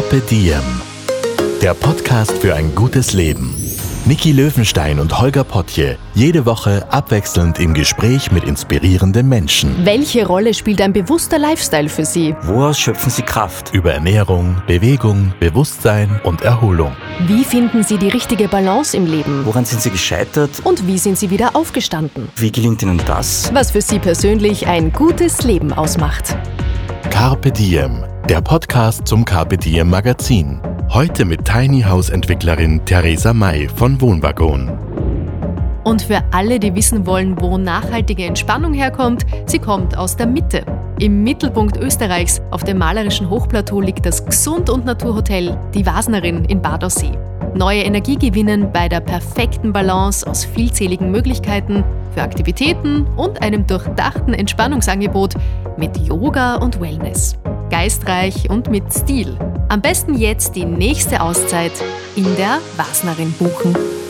Carpe Diem, der Podcast für ein gutes Leben. Niki Löwenstein und Holger Potje, jede Woche abwechselnd im Gespräch mit inspirierenden Menschen. Welche Rolle spielt ein bewusster Lifestyle für Sie? Woraus schöpfen Sie Kraft? Über Ernährung, Bewegung, Bewusstsein und Erholung. Wie finden Sie die richtige Balance im Leben? Woran sind Sie gescheitert? Und wie sind Sie wieder aufgestanden? Wie gelingt Ihnen das? Was für Sie persönlich ein gutes Leben ausmacht. Carpe Diem, der Podcast zum Carpe Diem Magazin. Heute mit Tiny House Entwicklerin Theresa May von Wohnwaggon. Und für alle, die wissen wollen, wo nachhaltige Entspannung herkommt, sie kommt aus der Mitte. Im Mittelpunkt Österreichs, auf dem malerischen Hochplateau, liegt das Gesund- und Naturhotel Die Wasnerin in Bad Aussee. Neue Energie gewinnen bei der perfekten Balance aus vielzähligen Möglichkeiten für Aktivitäten und einem durchdachten Entspannungsangebot mit Yoga und Wellness. Geistreich und mit Stil. Am besten jetzt die nächste Auszeit in der Wasnerin buchen.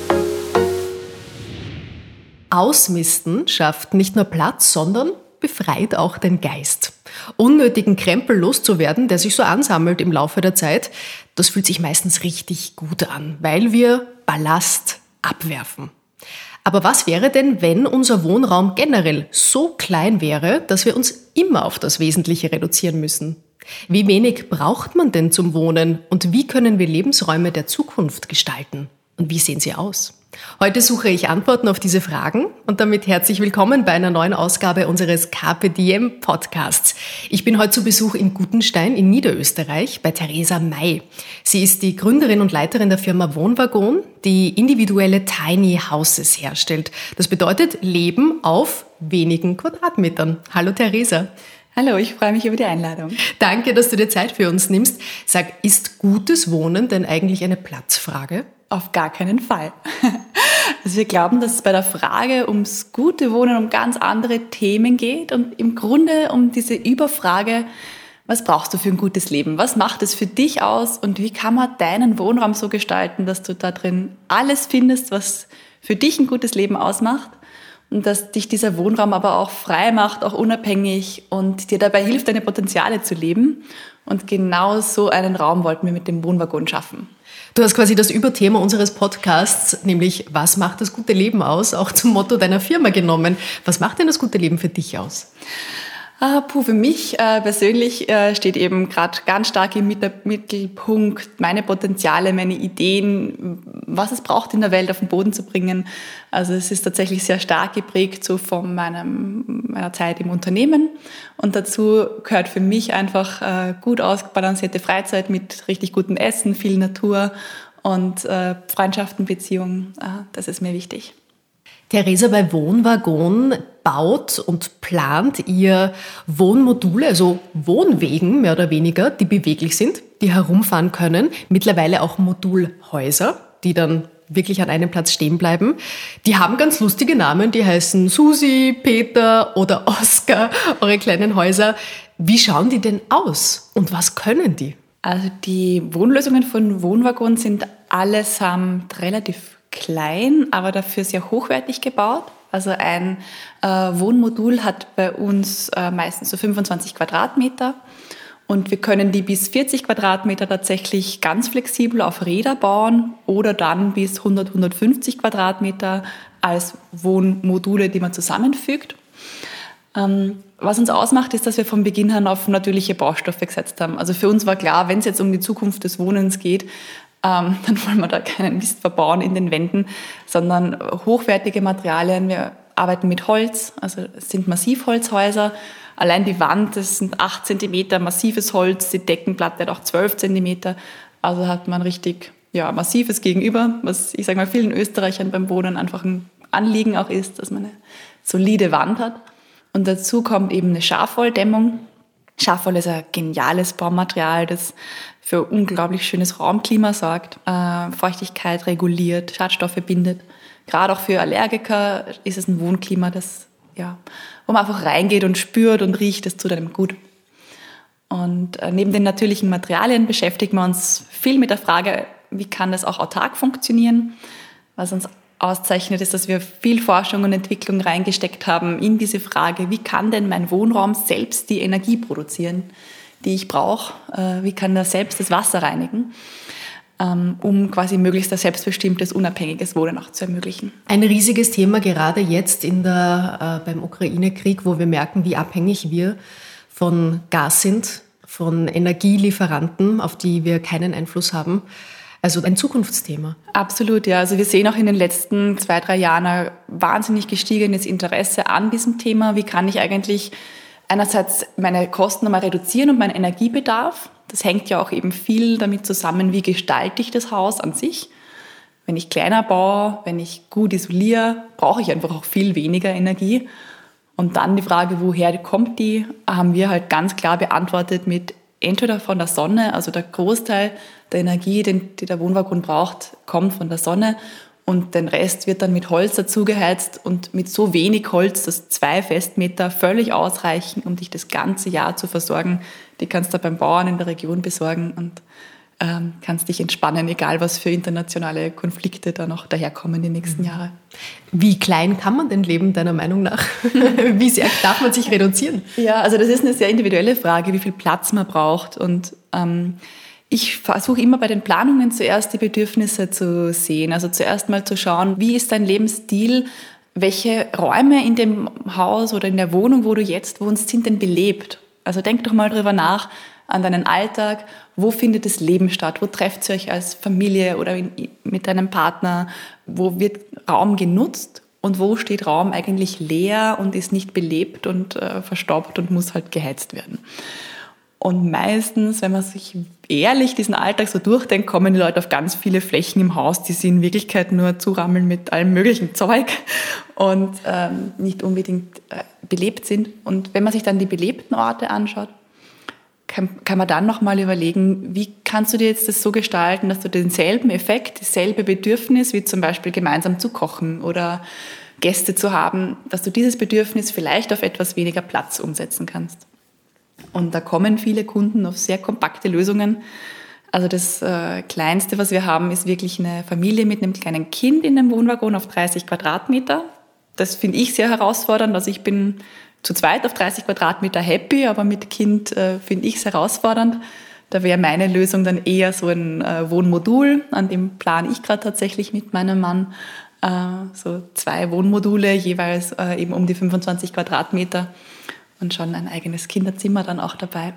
Ausmisten schafft nicht nur Platz, sondern befreit auch den Geist. Unnötigen Krempel loszuwerden, der sich so ansammelt im Laufe der Zeit, das fühlt sich meistens richtig gut an, weil wir Ballast abwerfen. Aber was wäre denn, wenn unser Wohnraum generell so klein wäre, dass wir uns immer auf das Wesentliche reduzieren müssen? Wie wenig braucht man denn zum Wohnen und wie können wir Lebensräume der Zukunft gestalten? Und wie sehen sie aus? Heute suche ich Antworten auf diese Fragen und damit herzlich willkommen bei einer neuen Ausgabe unseres Carpe Diem Podcasts. Ich bin heute zu Besuch in Gutenstein in Niederösterreich bei Theresa May. Sie ist die Gründerin und Leiterin der Firma Wohnwaggon, die individuelle Tiny Houses herstellt. Das bedeutet Leben auf wenigen Quadratmetern. Hallo Theresa. Hallo, ich freue mich über die Einladung. Danke, dass du dir Zeit für uns nimmst. Sag, ist gutes Wohnen denn eigentlich eine Platzfrage? Auf gar keinen Fall. Also wir glauben, dass es bei der Frage ums gute Wohnen um ganz andere Themen geht und im Grunde um diese Überfrage, was brauchst du für ein gutes Leben? Was macht es für dich aus und wie kann man deinen Wohnraum so gestalten, dass du da drin alles findest, was für dich ein gutes Leben ausmacht? Und dass dich dieser Wohnraum aber auch frei macht, auch unabhängig und dir dabei hilft, deine Potenziale zu leben. Und genau so einen Raum wollten wir mit dem Wohnwaggon schaffen. Du hast quasi das Überthema unseres Podcasts, nämlich was macht das gute Leben aus, auch zum Motto deiner Firma genommen. Was macht denn das gute Leben für dich aus? Für mich persönlich steht eben gerade ganz stark im Mittelpunkt meine Potenziale, meine Ideen, was es braucht in der Welt auf den Boden zu bringen. Also es ist tatsächlich sehr stark geprägt so von meiner Zeit im Unternehmen und dazu gehört für mich einfach gut ausbalancierte Freizeit mit richtig gutem Essen, viel Natur und Freundschaften, Beziehungen. Das ist mir wichtig. Theresa, bei Wohnwaggon baut und plant ihr Wohnmodule, also Wohnwegen mehr oder weniger, die beweglich sind, die herumfahren können. Mittlerweile auch Modulhäuser, die dann wirklich an einem Platz stehen bleiben. Die haben ganz lustige Namen, die heißen Susi, Peter oder Oskar, eure kleinen Häuser. Wie schauen die denn aus und was können die? Also die Wohnlösungen von Wohnwaggon sind allesamt relativ klein, aber dafür sehr hochwertig gebaut. Also ein Wohnmodul hat bei uns meistens so 25 Quadratmeter und wir können die bis 40 Quadratmeter tatsächlich ganz flexibel auf Räder bauen oder dann bis 100, 150 Quadratmeter als Wohnmodule, die man zusammenfügt. Was uns ausmacht, ist, dass wir von Beginn an auf natürliche Baustoffe gesetzt haben. Also für uns war klar, wenn es jetzt um die Zukunft des Wohnens geht, dann wollen wir da keinen Mist verbauen in den Wänden, sondern hochwertige Materialien. Wir arbeiten mit Holz, also es sind Massivholzhäuser. Allein die Wand, das sind 8 Zentimeter massives Holz, die Deckenplatte hat auch 12 Zentimeter. Also hat man richtig massives Gegenüber, was ich sage mal vielen Österreichern beim Wohnen einfach ein Anliegen auch ist, dass man eine solide Wand hat. Und dazu kommt eben eine Schafwolldämmung. Schafwolle ist ein geniales Baumaterial, das für unglaublich schönes Raumklima sorgt, Feuchtigkeit reguliert, Schadstoffe bindet. Gerade auch für Allergiker ist es ein Wohnklima, wo man einfach reingeht und spürt und riecht, das tut einem gut. Und neben den natürlichen Materialien beschäftigen wir uns viel mit der Frage, wie kann das auch autark funktionieren? Was uns auszeichnet, ist, dass wir viel Forschung und Entwicklung reingesteckt haben in diese Frage, wie kann denn mein Wohnraum selbst die Energie produzieren, die ich brauche? Wie kann er selbst das Wasser reinigen? Um quasi möglichst ein selbstbestimmtes, unabhängiges Wohnen auch zu ermöglichen. Ein riesiges Thema gerade jetzt beim Ukraine-Krieg, wo wir merken, wie abhängig wir von Gas sind, von Energielieferanten, auf die wir keinen Einfluss haben. Also ein Zukunftsthema. Absolut, ja. Also wir sehen auch in den letzten 2-3 Jahren ein wahnsinnig gestiegenes Interesse an diesem Thema. Wie kann ich eigentlich einerseits meine Kosten nochmal reduzieren und meinen Energiebedarf? Das hängt ja auch eben viel damit zusammen, wie gestalte ich das Haus an sich. Wenn ich kleiner baue, wenn ich gut isoliere, brauche ich einfach auch viel weniger Energie. Und dann die Frage, woher kommt die, haben wir halt ganz klar beantwortet mit entweder von der Sonne, also der Großteil der Energie, den der Wohnwaggon braucht, kommt von der Sonne. Und den Rest wird dann mit Holz dazu geheizt und mit so wenig Holz, dass 2 Festmeter völlig ausreichen, um dich das ganze Jahr zu versorgen. Die kannst du beim Bauern in der Region besorgen und kannst dich entspannen, egal was für internationale Konflikte da noch daherkommen die nächsten Jahre. Wie klein kann man denn leben, deiner Meinung nach? Wie sehr darf man sich reduzieren? Ja, also das ist eine sehr individuelle Frage, wie viel Platz man braucht. Und ich versuche immer bei den Planungen zuerst die Bedürfnisse zu sehen. Also zuerst mal zu schauen, wie ist dein Lebensstil, welche Räume in dem Haus oder in der Wohnung, wo du jetzt wohnst, sind denn belebt? Also denk doch mal drüber nach, an deinen Alltag, wo findet das Leben statt, wo trefft ihr euch als Familie oder mit deinem Partner, wo wird Raum genutzt und wo steht Raum eigentlich leer und ist nicht belebt und verstaubt und muss halt geheizt werden. Und meistens, wenn man sich ehrlich diesen Alltag so durchdenkt, kommen die Leute auf ganz viele Flächen im Haus, die sie in Wirklichkeit nur zurammeln mit allem möglichen Zeug und nicht unbedingt belebt sind. Und wenn man sich dann die belebten Orte anschaut, kann man dann nochmal überlegen, wie kannst du dir jetzt das so gestalten, dass du denselben Effekt, dasselbe Bedürfnis, wie zum Beispiel gemeinsam zu kochen oder Gäste zu haben, dass du dieses Bedürfnis vielleicht auf etwas weniger Platz umsetzen kannst. Und da kommen viele Kunden auf sehr kompakte Lösungen. Also das Kleinste, was wir haben, ist wirklich eine Familie mit einem kleinen Kind in einem Wohnwaggon auf 30 Quadratmeter. Das finde ich sehr herausfordernd. Also ich bin zu zweit auf 30 Quadratmeter happy, aber mit Kind finde ich es herausfordernd. Da wäre meine Lösung dann eher so ein Wohnmodul, an dem plane ich gerade tatsächlich mit meinem Mann. So 2 Wohnmodule, jeweils eben um die 25 Quadratmeter und schon ein eigenes Kinderzimmer dann auch dabei.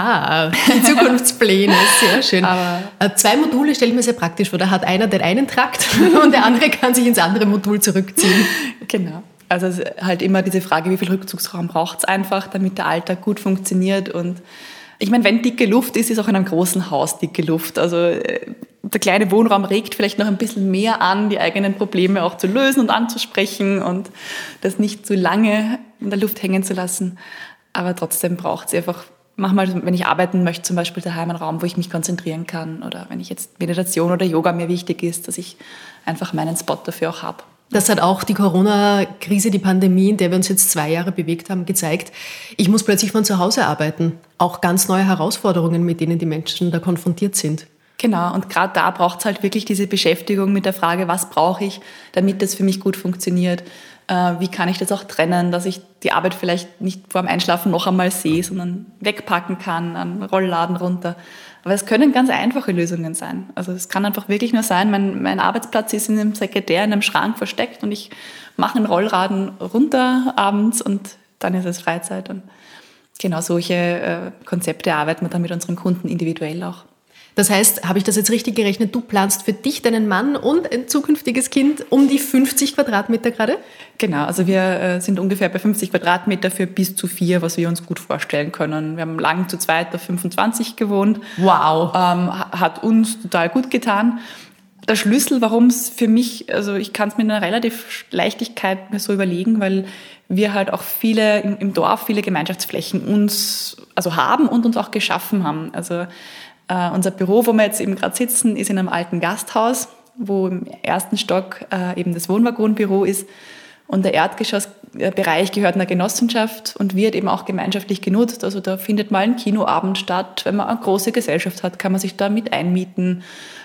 Die Zukunftspläne, sehr schön. Aber 2 Module stelle ich mir sehr praktisch vor. Da hat einer den einen Trakt und der andere kann sich ins andere Modul zurückziehen. Genau. Also halt immer diese Frage, wie viel Rückzugsraum braucht es einfach, damit der Alltag gut funktioniert. Und ich meine, wenn dicke Luft ist, ist auch in einem großen Haus dicke Luft. Also der kleine Wohnraum regt vielleicht noch ein bisschen mehr an, die eigenen Probleme auch zu lösen und anzusprechen und das nicht zu lange in der Luft hängen zu lassen. Aber trotzdem braucht es einfach manchmal, wenn ich arbeiten möchte, zum Beispiel daheim einen Raum, wo ich mich konzentrieren kann. Oder wenn ich jetzt Meditation oder Yoga mir wichtig ist, dass ich einfach meinen Spot dafür auch habe. Das hat auch die Corona-Krise, die Pandemie, in der wir uns jetzt 2 Jahre bewegt haben, gezeigt. Ich muss plötzlich von zu Hause arbeiten. Auch ganz neue Herausforderungen, mit denen die Menschen da konfrontiert sind. Genau, und gerade da braucht es halt wirklich diese Beschäftigung mit der Frage, was brauche ich, damit das für mich gut funktioniert. Wie kann ich das auch trennen, dass ich die Arbeit vielleicht nicht vor dem Einschlafen noch einmal sehe, sondern wegpacken kann, an Rollladen runter. Aber es können ganz einfache Lösungen sein. Also es kann einfach wirklich nur sein, mein Arbeitsplatz ist in einem Sekretär, in einem Schrank versteckt und ich mache einen Rollraden runter abends und dann ist es Freizeit. Und genau solche Konzepte arbeiten wir dann mit unseren Kunden individuell auch. Das heißt, habe ich das jetzt richtig gerechnet, du planst für dich, deinen Mann und ein zukünftiges Kind um die 50 Quadratmeter gerade? Genau, also wir sind ungefähr bei 50 Quadratmeter für bis zu 4, was wir uns gut vorstellen können. Wir haben lang zu zweit auf 25 gewohnt. Wow. Hat uns total gut getan. Der Schlüssel, warum es für mich, also ich kann es mit einer relativ Leichtigkeit mir so überlegen, weil wir halt auch viele im Dorf viele Gemeinschaftsflächen uns also haben und uns auch geschaffen haben. Also unser Büro, wo wir jetzt eben gerade sitzen, ist in einem alten Gasthaus, wo im 1. Stock eben das Wohnwaggonbüro ist. Und der Erdgeschossbereich gehört einer Genossenschaft und wird eben auch gemeinschaftlich genutzt. Also da findet mal ein Kinoabend statt. Wenn man eine große Gesellschaft hat, kann man sich da mit einmieten.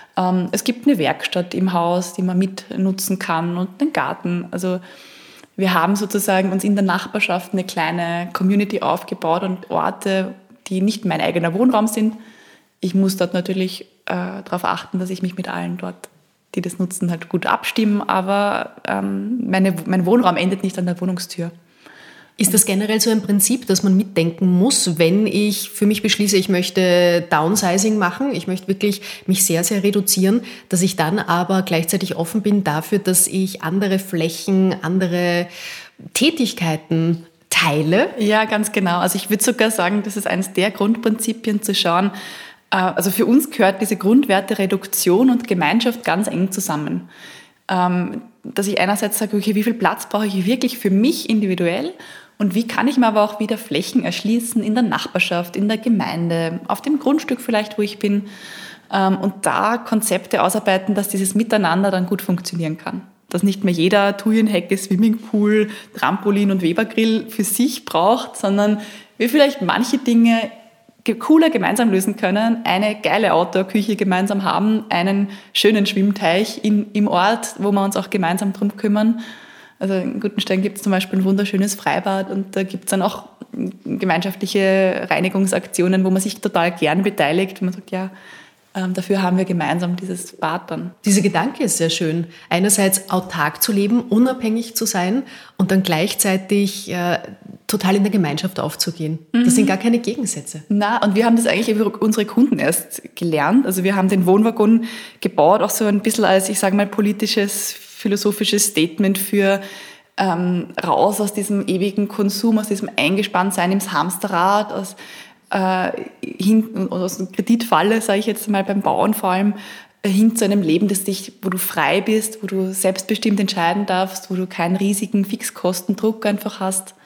Es gibt eine Werkstatt im Haus, die man mitnutzen kann und einen Garten. Also wir haben sozusagen uns in der Nachbarschaft eine kleine Community aufgebaut und Orte, die nicht mein eigener Wohnraum sind. Ich muss dort natürlich darauf achten, dass ich mich mit allen dort, die das nutzen, halt gut abstimmen, aber mein Wohnraum endet nicht an der Wohnungstür. Ist das generell so ein Prinzip, dass man mitdenken muss, wenn ich für mich beschließe, ich möchte Downsizing machen, ich möchte wirklich mich sehr, sehr reduzieren, dass ich dann aber gleichzeitig offen bin dafür, dass ich andere Flächen, andere Tätigkeiten teile? Ja, ganz genau. Also ich würde sogar sagen, das ist eines der Grundprinzipien zu schauen. Also für uns gehört diese Grundwerte Reduktion und Gemeinschaft ganz eng zusammen. Dass ich einerseits sage, okay, wie viel Platz brauche ich wirklich für mich individuell und wie kann ich mir aber auch wieder Flächen erschließen in der Nachbarschaft, in der Gemeinde, auf dem Grundstück vielleicht, wo ich bin, und da Konzepte ausarbeiten, dass dieses Miteinander dann gut funktionieren kann. Dass nicht mehr jeder Thujenhecke, Swimmingpool, Trampolin und Webergrill für sich braucht, sondern wir vielleicht manche Dinge cooler gemeinsam lösen können, eine geile Outdoor-Küche gemeinsam haben, einen schönen Schwimmteich im Ort, wo wir uns auch gemeinsam drum kümmern. Also in Gutenstein gibt es zum Beispiel ein wunderschönes Freibad und da gibt es dann auch gemeinschaftliche Reinigungsaktionen, wo man sich total gern beteiligt, wo man sagt, ja, dafür haben wir gemeinsam dieses Bad dann. Dieser Gedanke ist sehr schön. Einerseits autark zu leben, unabhängig zu sein und dann gleichzeitig total in der Gemeinschaft aufzugehen. Das sind gar keine Gegensätze. Na, und wir haben das eigentlich über unsere Kunden erst gelernt. Also wir haben den Wohnwaggon gebaut, auch so ein bisschen als, ich sage mal, politisches, philosophisches Statement für raus aus diesem ewigen Konsum, aus diesem Eingespanntsein ins Hamsterrad, aus der Kreditfalle, sage ich jetzt mal beim Bauen vor allem, hin zu einem Leben, wo du frei bist, wo du selbstbestimmt entscheiden darfst, wo du keinen riesigen Fixkostendruck einfach hast.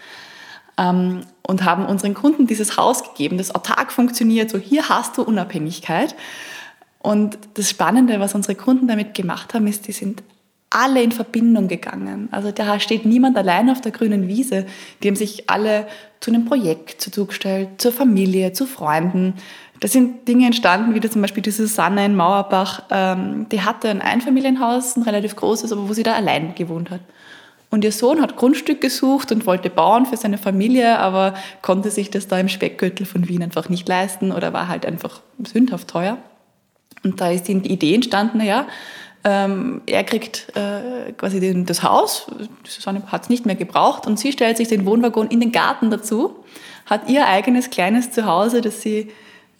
Und haben unseren Kunden dieses Haus gegeben, das autark funktioniert, so hier hast du Unabhängigkeit. Und das Spannende, was unsere Kunden damit gemacht haben, ist, die sind alle in Verbindung gegangen. Also da steht niemand allein auf der grünen Wiese. Die haben sich alle zu einem Projekt zugestellt, zur Familie, zu Freunden. Da sind Dinge entstanden, wie zum Beispiel die Susanne in Mauerbach. Die hatte ein Einfamilienhaus, ein relativ großes, aber wo sie da allein gewohnt hat. Und ihr Sohn hat Grundstück gesucht und wollte bauen für seine Familie, aber konnte sich das da im Speckgürtel von Wien einfach nicht leisten oder war halt einfach sündhaft teuer. Und da ist die Idee entstanden, er kriegt quasi das Haus, Susanne hat es nicht mehr gebraucht und sie stellt sich den Wohnwaggon in den Garten dazu, hat ihr eigenes kleines Zuhause, das sie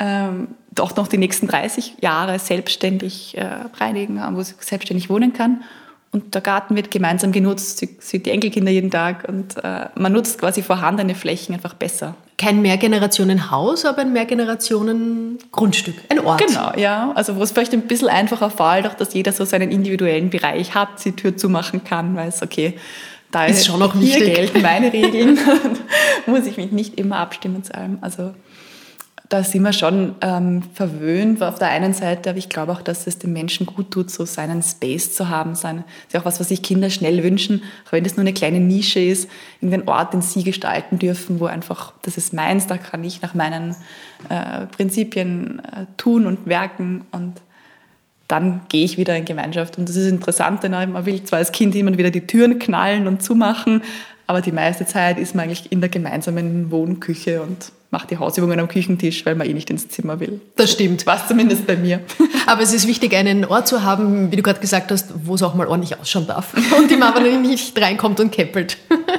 doch noch die nächsten 30 Jahre selbstständig reinigen, wo sie selbstständig wohnen kann. Und der Garten wird gemeinsam genutzt, sie sieht die Enkelkinder jeden Tag und man nutzt quasi vorhandene Flächen einfach besser. Kein Mehrgenerationen-Haus, aber ein Mehrgenerationen-Grundstück, ein Ort. Genau, ja. Also wo es vielleicht ein bisschen einfacher fällt, auch dass jeder so seinen individuellen Bereich hat, die Tür zumachen kann, weiß, okay, da ist schon noch hier gelten meine Regeln, muss ich mich nicht immer abstimmen zu allem. Also da sind wir schon verwöhnt auf der einen Seite, aber ich glaube auch, dass es dem Menschen gut tut, so seinen Space zu haben. Das ist auch was sich Kinder schnell wünschen, auch wenn das nur eine kleine Nische ist, irgendeinen Ort, den sie gestalten dürfen, wo einfach, das ist meins, da kann ich nach meinen Prinzipien tun und werken und dann gehe ich wieder in Gemeinschaft. Und das ist interessant, denn man will zwar als Kind immer wieder die Türen knallen und zumachen, aber die meiste Zeit ist man eigentlich in der gemeinsamen Wohnküche und macht die Hausübungen am Küchentisch, weil man nicht ins Zimmer will. Das stimmt. Was zumindest bei mir. Aber es ist wichtig, einen Ort zu haben, wie du gerade gesagt hast, wo es auch mal ordentlich ausschauen darf und die Mama nicht reinkommt und käppelt.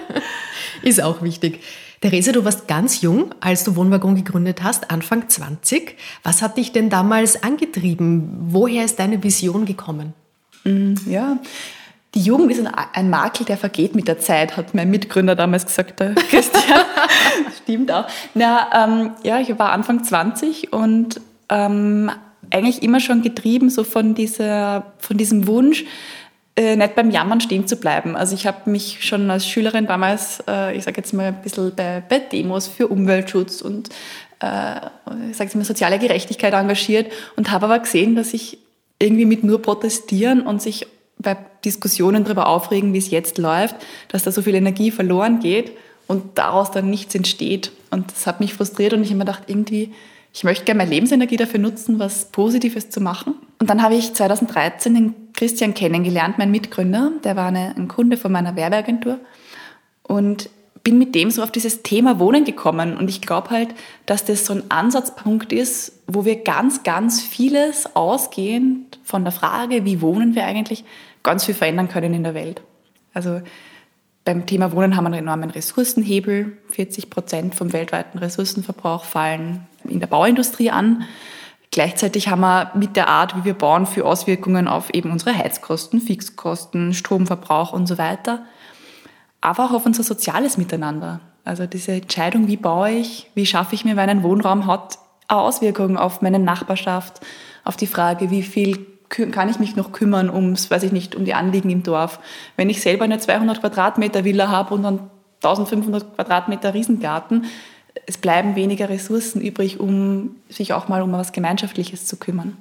Ist auch wichtig. Theresa, du warst ganz jung, als du Wohnwaggon gegründet hast, Anfang 20. Was hat dich denn damals angetrieben? Woher ist deine Vision gekommen? Ja, die Jugend ist ein Makel, der vergeht mit der Zeit, hat mein Mitgründer damals gesagt, der Christian. Stimmt auch. Ich war Anfang 20 und eigentlich immer schon getrieben so von diesem Wunsch, nicht beim Jammern stehen zu bleiben. Also ich habe mich schon als Schülerin damals, ich sage jetzt mal ein bisschen bei Demos für Umweltschutz und ich sage jetzt mal soziale Gerechtigkeit engagiert und habe aber gesehen, dass ich irgendwie mit nur protestieren und sich bei Diskussionen darüber aufregen, wie es jetzt läuft, dass da so viel Energie verloren geht und daraus dann nichts entsteht. Und das hat mich frustriert und ich habe mir gedacht, irgendwie, ich möchte gerne meine Lebensenergie dafür nutzen, was Positives zu machen. Und dann habe ich 2013 den Christian kennengelernt, mein Mitgründer. Der war ein Kunde von meiner Werbeagentur. Und bin mit dem so auf dieses Thema Wohnen gekommen. Und ich glaube halt, dass das so ein Ansatzpunkt ist, wo wir ganz, ganz vieles ausgehend von der Frage, wie wohnen wir eigentlich, ganz viel verändern können in der Welt. Also beim Thema Wohnen haben wir einen enormen Ressourcenhebel. 40% vom weltweiten Ressourcenverbrauch fallen in der Bauindustrie an. Gleichzeitig haben wir mit der Art, wie wir bauen, für Auswirkungen auf eben unsere Heizkosten, Fixkosten, Stromverbrauch und so weiter. Aber auch auf unser soziales Miteinander. Also diese Entscheidung, wie baue ich, wie schaffe ich mir meinen Wohnraum, hat auch Auswirkungen auf meine Nachbarschaft, auf die Frage, wie viel kann ich mich noch kümmern um die Anliegen im Dorf. Wenn ich selber eine 200 Quadratmeter Villa habe und einen 1500 Quadratmeter Riesengarten, es bleiben weniger Ressourcen übrig, um sich auch mal um etwas Gemeinschaftliches zu kümmern.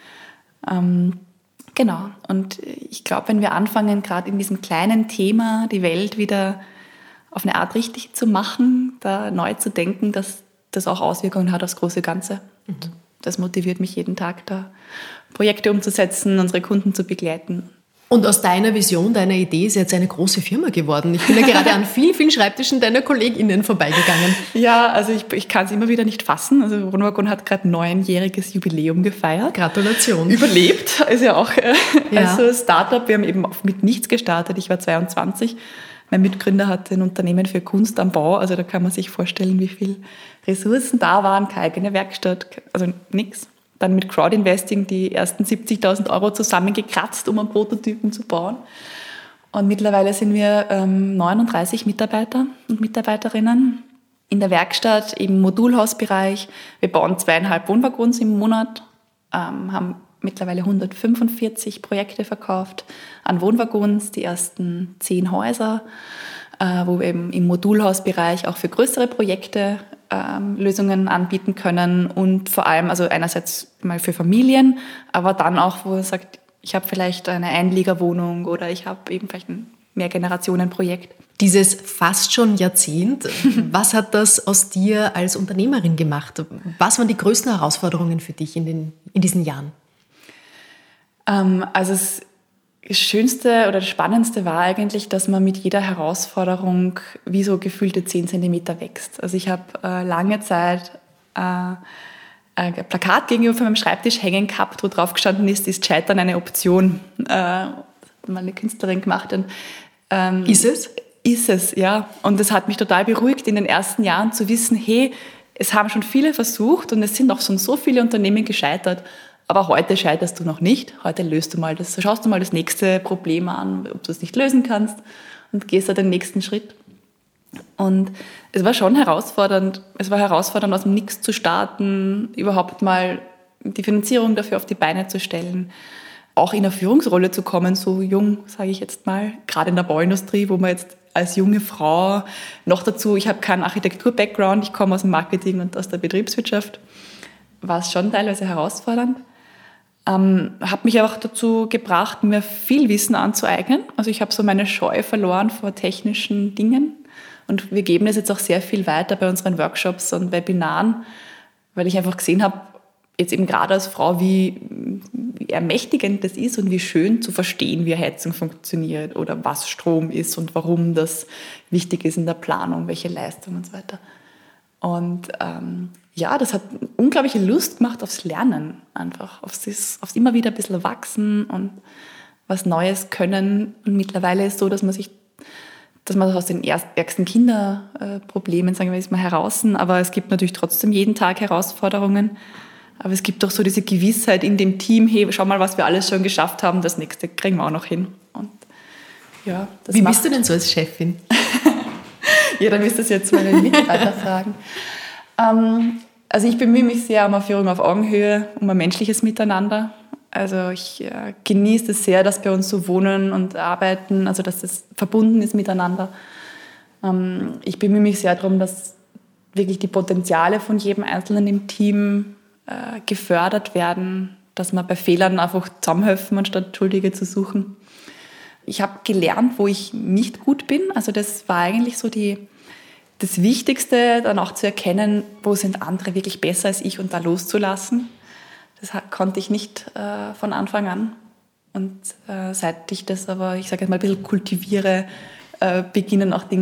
Genau. Und ich glaube, wenn wir anfangen, gerade in diesem kleinen Thema die Welt wieder auf eine Art richtig zu machen, da neu zu denken, dass das auch Auswirkungen hat aufs große Ganze. Und das motiviert mich jeden Tag, da Projekte umzusetzen, unsere Kunden zu begleiten. Und aus deiner Vision, deiner Idee ist jetzt eine große Firma geworden. Ich bin ja gerade an vielen, vielen Schreibtischen deiner KollegInnen vorbeigegangen. Ja, also ich kann es immer wieder nicht fassen. Also Wohnwagon hat gerade 9-jähriges Jubiläum gefeiert. Gratulation. Überlebt, ist ja auch also Startup. Wir haben eben mit nichts gestartet. Ich war 22. Mein Mitgründer hatte ein Unternehmen für Kunst am Bau. Also da kann man sich vorstellen, wie viel Ressourcen da waren. Keine eigene Werkstatt, also nichts. Dann mit Crowdinvesting die ersten 70.000 € zusammengekratzt, um einen Prototypen zu bauen. Und mittlerweile sind wir 39 Mitarbeiter und Mitarbeiterinnen in der Werkstatt, im Modulhausbereich. Wir bauen 2,5 Wohnwaggons im Monat, haben mittlerweile 145 Projekte verkauft an Wohnwaggons, die ersten 10 Häuser, wo wir eben im Modulhausbereich auch für größere Projekte Lösungen anbieten können und vor allem, also einerseits mal für Familien, aber dann auch, wo man sagt, ich habe vielleicht eine Einliegerwohnung oder ich habe eben vielleicht ein Mehrgenerationenprojekt. Dieses fast schon Jahrzehnt, was hat das aus dir als Unternehmerin gemacht? Was waren die größten Herausforderungen für dich in diesen Jahren? Also das Schönste oder das Spannendste war eigentlich, dass man mit jeder Herausforderung wie so gefühlte 10 Zentimeter wächst. Also ich habe lange Zeit ein Plakat gegenüber von meinem Schreibtisch hängen gehabt, wo drauf gestanden ist Scheitern eine Option. Hat meine Künstlerin gemacht. Und, ist es? Ist es, ja. Und das hat mich total beruhigt in den ersten Jahren zu wissen, hey, es haben schon viele versucht und es sind auch schon so viele Unternehmen gescheitert. Aber heute scheiterst du noch nicht. Heute schaust du mal das nächste Problem an, ob du es nicht lösen kannst und gehst da den nächsten Schritt. Und es war schon herausfordernd. Es war herausfordernd, aus dem Nichts zu starten, überhaupt mal die Finanzierung dafür auf die Beine zu stellen, auch in eine Führungsrolle zu kommen, so jung, sage ich jetzt mal, gerade in der Bauindustrie, wo man jetzt als junge Frau noch dazu, ich habe keinen Architektur-Background, ich komme aus dem Marketing und aus der Betriebswirtschaft, war es schon teilweise herausfordernd. Habe mich auch dazu gebracht, mir viel Wissen anzueignen. Also ich habe so meine Scheu verloren vor technischen Dingen und wir geben das jetzt auch sehr viel weiter bei unseren Workshops und Webinaren, weil ich einfach gesehen habe, jetzt eben gerade als Frau, wie ermächtigend das ist und wie schön zu verstehen, wie Heizung funktioniert oder was Strom ist und warum das wichtig ist in der Planung, welche Leistung und so weiter. Und das hat unglaubliche Lust gemacht aufs Lernen einfach, aufs immer wieder ein bisschen wachsen und was Neues können. Und mittlerweile ist es so, dass man aus den ärgsten Kinderproblemen, sagen wir, ist man heraus. Aber es gibt natürlich trotzdem jeden Tag Herausforderungen. Aber es gibt doch so diese Gewissheit in dem Team, hey, schau mal, was wir alles schon geschafft haben, das nächste kriegen wir auch noch hin. Und ja, Wie bist du denn so als Chefin? Ja, dann müsst ihr jetzt meine Mitarbeiter fragen. Also ich bemühe mich sehr um eine Führung auf Augenhöhe, um ein menschliches Miteinander. Also ich genieße es sehr, dass bei uns so Wohnen und Arbeiten, also dass das verbunden ist miteinander. Ich bemühe mich sehr darum, dass wirklich die Potenziale von jedem Einzelnen im Team gefördert werden, dass wir bei Fehlern einfach zusammenhelfen, anstatt Schuldige zu suchen. Ich habe gelernt, wo ich nicht gut bin. Also das war eigentlich so das Wichtigste, dann auch zu erkennen, wo sind andere wirklich besser als ich und da loszulassen. Das konnte ich nicht von Anfang an. Und seit ich das aber, ich sage jetzt mal, ein bisschen kultiviere, beginnen auch Dinge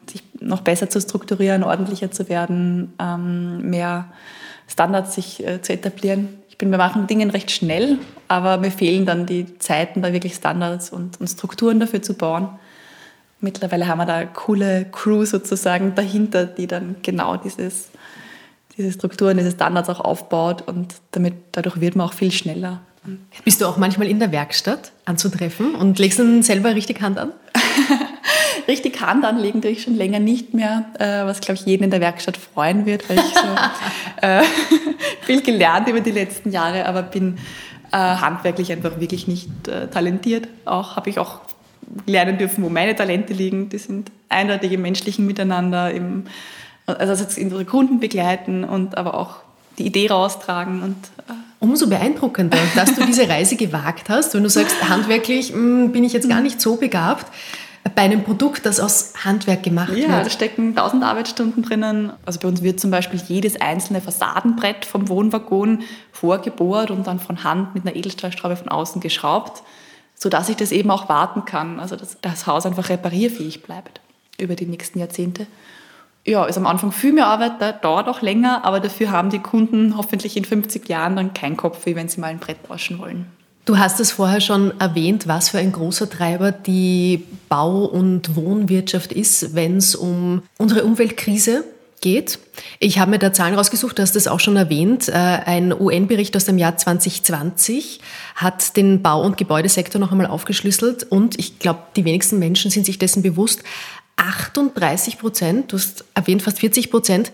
sich noch besser zu strukturieren, ordentlicher zu werden, mehr Standards sich zu etablieren. Wir machen Dinge recht schnell, aber mir fehlen dann die Zeiten, da wirklich Standards und Strukturen dafür zu bauen. Mittlerweile haben wir da eine coole Crew sozusagen dahinter, die dann genau diese Strukturen, diese Standards auch aufbaut und dadurch wird man auch viel schneller. Bist du auch manchmal in der Werkstatt anzutreffen und legst dann selber richtig Hand an? Richtig Hand anlegen tue ich schon länger nicht mehr, was, glaube ich, jeden in der Werkstatt freuen wird, weil ich so viel gelernt über die letzten Jahre, aber bin handwerklich einfach wirklich nicht talentiert. Habe ich auch lernen dürfen, wo meine Talente liegen. Die sind eindeutig im menschlichen Miteinander, also unsere Kunden begleiten und aber auch die Idee raustragen. Und umso beeindruckender, dass du diese Reise gewagt hast, wenn du sagst, handwerklich bin ich jetzt gar nicht so begabt, bei einem Produkt, das aus Handwerk gemacht wird. Ja, da stecken 1000 Arbeitsstunden drinnen. Also bei uns wird zum Beispiel jedes einzelne Fassadenbrett vom Wohnwaggon vorgebohrt und dann von Hand mit einer Edelstahlschraube von außen geschraubt, sodass ich das eben auch warten kann. Also dass das Haus einfach reparierfähig bleibt über die nächsten Jahrzehnte. Ja, ist am Anfang viel mehr Arbeit, dauert auch länger, aber dafür haben die Kunden hoffentlich in 50 Jahren dann kein Kopfweh, wenn sie mal ein Brett tauschen wollen. Du hast es vorher schon erwähnt, was für ein großer Treiber die Bau- und Wohnwirtschaft ist, wenn es um unsere Umweltkrise geht. Ich habe mir da Zahlen rausgesucht, du hast es auch schon erwähnt. Ein UN-Bericht aus dem Jahr 2020 hat den Bau- und Gebäudesektor noch einmal aufgeschlüsselt und ich glaube, die wenigsten Menschen sind sich dessen bewusst. 38%, du hast erwähnt fast 40%,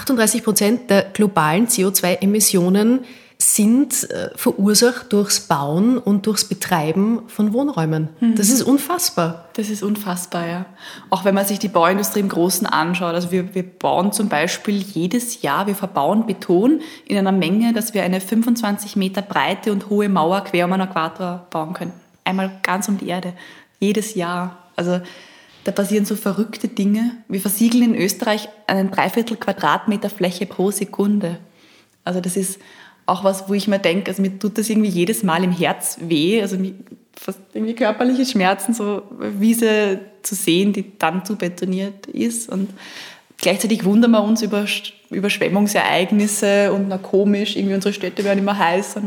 38% der globalen CO2-Emissionen sind verursacht durchs Bauen und durchs Betreiben von Wohnräumen. Das ist unfassbar. Das ist unfassbar, ja. Auch wenn man sich die Bauindustrie im Großen anschaut. Also wir bauen zum Beispiel jedes Jahr, wir verbauen Beton in einer Menge, dass wir eine 25 Meter breite und hohe Mauer quer um einen Äquator bauen können. Einmal ganz um die Erde. Jedes Jahr. Also da passieren so verrückte Dinge. Wir versiegeln in Österreich einen 3/4 Quadratmeter Fläche pro Sekunde. Also das ist auch was, wo ich mir denke, also mir tut das irgendwie jedes Mal im Herz weh, also fast irgendwie körperliche Schmerzen, so Wiese zu sehen, die dann zu betoniert ist. Und gleichzeitig wundern wir uns über Überschwemmungsereignisse und komisch, irgendwie unsere Städte werden immer heißer.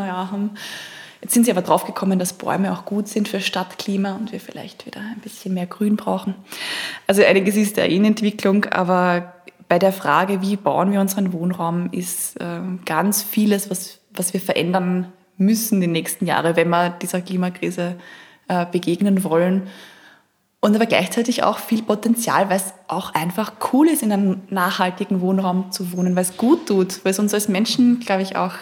Jetzt sind sie aber draufgekommen, dass Bäume auch gut sind für Stadtklima und wir vielleicht wieder ein bisschen mehr Grün brauchen. Also einiges ist da in Entwicklung, aber bei der Frage, wie bauen wir unseren Wohnraum, ist ganz vieles, was wir verändern müssen die nächsten Jahre, wenn wir dieser Klimakrise begegnen wollen. Und aber gleichzeitig auch viel Potenzial, weil es auch einfach cool ist, in einem nachhaltigen Wohnraum zu wohnen, weil es gut tut, weil es uns als Menschen, glaube ich, auch